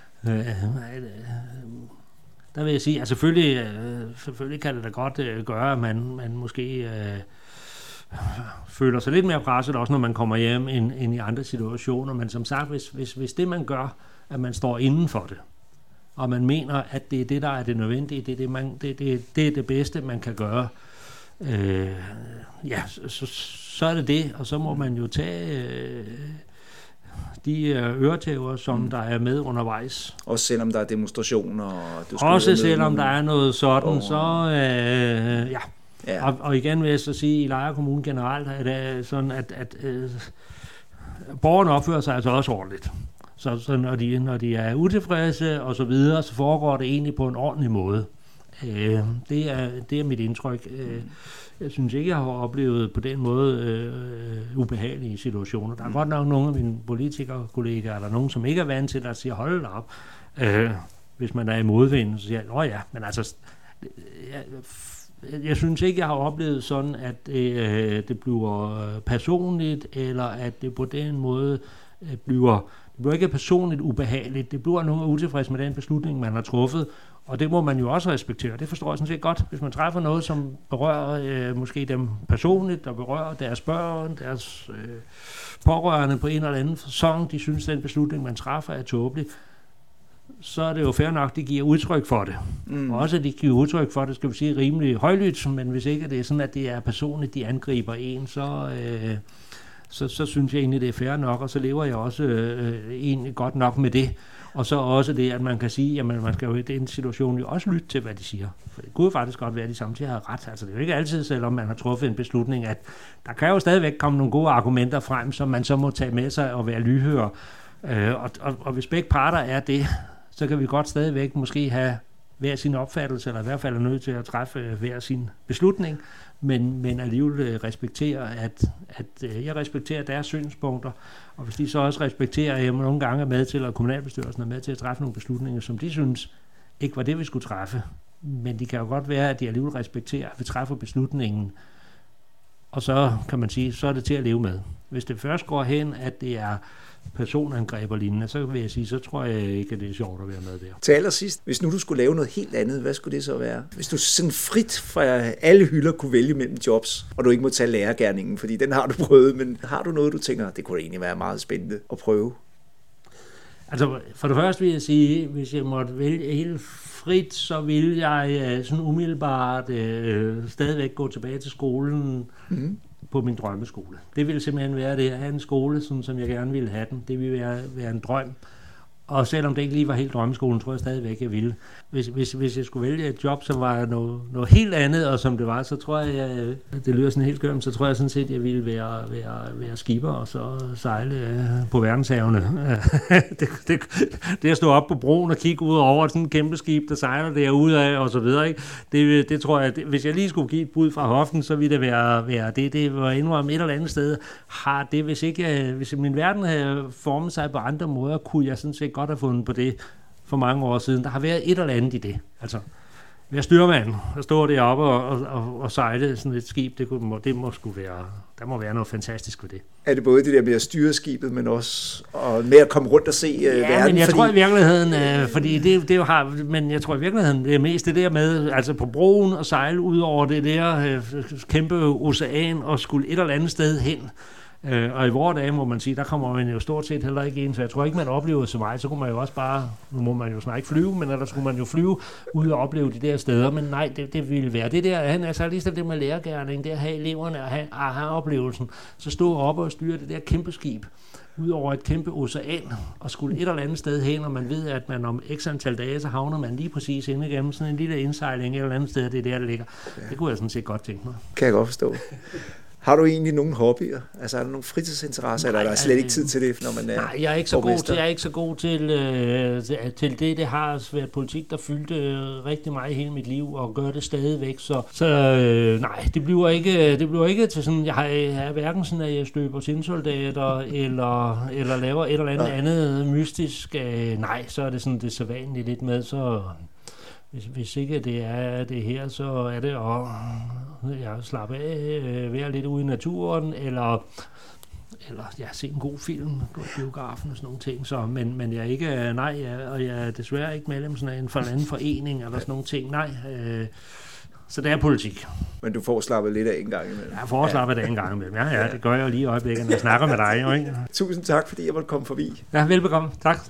der vil jeg sige, at selvfølgelig kan det da godt gøre, at man måske føler sig lidt mere presset, også når man kommer hjem, end i andre situationer. Men som sagt, hvis det man gør, at man står inden for det, og man mener, at det er det, der er det nødvendige, det er det bedste, man kan gøre, så er det det, og så må man jo tage de øretæver, som der er med undervejs. Også selvom der er demonstrationer. Også selvom der er noget sådan, så ja. Og igen vil jeg så sige, i Lejre Kommune generelt er det sådan, at borgerne opfører sig altså også ordentligt. Så når de er utilfredse og så videre, så foregår det egentlig på en ordentlig måde. Det er mit indtryk. Jeg synes ikke, jeg har oplevet på den måde ubehagelige situationer. Der er godt nok nogle af mine politikerkollegaer, eller nogen, som ikke er vant til at sige, hold da op. Hvis man er i modvind, så siger jeg, ja, men altså... Jeg synes ikke, jeg har oplevet sådan, at det bliver personligt, eller at det på den måde bliver ikke personligt ubehageligt. Det bliver nogen utilfreds med den beslutning, man har truffet, og det må man jo også respektere. Det forstår jeg sådan set godt. Hvis man træffer noget, som berører måske dem personligt, der berører deres børn, deres pårørende på en eller anden facon, de synes, den beslutning, man træffer, er tåbelig, så er det jo fair nok, de giver udtryk for det. Og også at de giver udtryk for det, skal vi sige, rimelig højlydt, men hvis ikke det er sådan, at det er personligt, de angriber en, så synes jeg egentlig, det er fair nok, og så lever jeg også egentlig godt nok med det. Og så også det, at man kan sige, at man skal jo i den situation jo også lytte til, hvad de siger. For det kunne faktisk godt være, at de samtidig har ret. Altså det er jo ikke altid, selvom man har truffet en beslutning, at der kan jo stadigvæk komme nogle gode argumenter frem, som man så må tage med sig og være lydhør. Og hvis begge parter er det, så kan vi godt stadigvæk måske have hver sin opfattelse, eller i hvert fald er nødt til at træffe hver sin beslutning, men alligevel respektere, at jeg respekterer deres synspunkter, og hvis de så også respekterer, at jeg nogle gange er med til, eller kommunalbestyrelsen er med til at træffe nogle beslutninger, som de synes ikke var det, vi skulle træffe, men det kan jo godt være, at de alligevel respekterer, at vi træffer beslutningen, og så kan man sige, så er det til at leve med. Hvis det først går hen, at det er personangreb og lignende, så vil jeg sige, så tror jeg ikke, at det er sjovt at være med der. Til allersidst, hvis nu du skulle lave noget helt andet, hvad skulle det så være? Hvis du sådan frit fra alle hylder kunne vælge mellem jobs, og du ikke må tage lærergerningen, fordi den har du prøvet, men har du noget, du tænker, det kunne egentlig være meget spændende at prøve? Altså, for det første vil jeg sige, hvis jeg måtte vælge helt frit, så vil jeg sådan umiddelbart stadigvæk gå tilbage til skolen, på min drømmeskole. Det ville simpelthen være det at have en skole, sådan som jeg gerne ville have den. Det ville være en drøm. Og selvom det ikke lige var helt drømmeskolen, tror jeg stadigvæk, jeg ville. Hvis jeg skulle vælge et job, som var noget helt andet, og som det var, så tror jeg, det lyder sådan helt skønt, så tror jeg sådan set, jeg ville være skipper og så sejle på verdenshavene. det at stå op på broen og kigge ud over sådan et kæmpe skib, der sejler derude af, og så videre, ikke? Det tror jeg, hvis jeg lige skulle give et bud fra hoften, så ville det være det. Det var indrømme et eller andet sted. Har det, hvis min verden havde formet sig på andre måder, kunne jeg sådan set godt have fundet på det for mange år siden. Der har været et eller andet i det. Altså, være styrmand, der står deroppe og sejle sådan et skib, det må sgu være, der må være noget fantastisk ved det. Er det både det der med at styre skibet, men også med at komme rundt og se verden? Men jeg tror i virkeligheden, fordi det har, men jeg tror i virkeligheden, det er mest det der med, altså på broen og sejle ud over det der kæmpe ocean og skulle et eller andet sted hen. Og i vore dage, må man sige, der kommer man jo stort set heller ikke ind, så jeg tror ikke, man oplever så meget. Så kunne man jo også bare, nu må man jo snart ikke flyve, men ellers skulle man jo flyve ud og opleve de der steder. Men nej, det ville være det der, han er så ligesom det med lærergerning, det at have eleverne og have aha-oplevelsen, så stå op og styre det der kæmpe skib ud over et kæmpe ocean, og skulle et eller andet sted hen, og man ved, at man om x antal dage, så havner man lige præcis inde igennem sådan en lille indsejling et eller andet sted, det er der ligger. Ja. Det kunne jeg sådan set godt tænke mig. Kan jeg godt forstå. Har du egentlig nogle hobbyer? Altså er der nogle fritidsinteresser, eller er der slet ikke tid til det, når man er nej, jeg er ikke så god til det. Det har været politik, der fyldte rigtig meget i hele mit liv, og gør det stadigvæk. Så nej, det bliver ikke til sådan, jeg har hverken sådan, at jeg støber sindsoldater, eller laver et eller andet mystisk. Nej, så er det sådan det sædvanlige lidt med, så hvis ikke det er det her, så er det at slappe af, være lidt ude i naturen, eller se en god film, gå i biografen og sådan nogle ting. Så, men jeg er ikke, og jeg er desværre ikke medlem sådan en anden forening eller sådan nogle ting, så det er politik. Men du får slappet lidt af en gang imellem. Jeg får slappet af en gang imellem, ja, det gør jeg jo lige i øjeblikket, når jeg snakker med dig. Jo, ikke? Tusind tak, fordi jeg måtte komme forbi. Ja, velbekomme. Tak.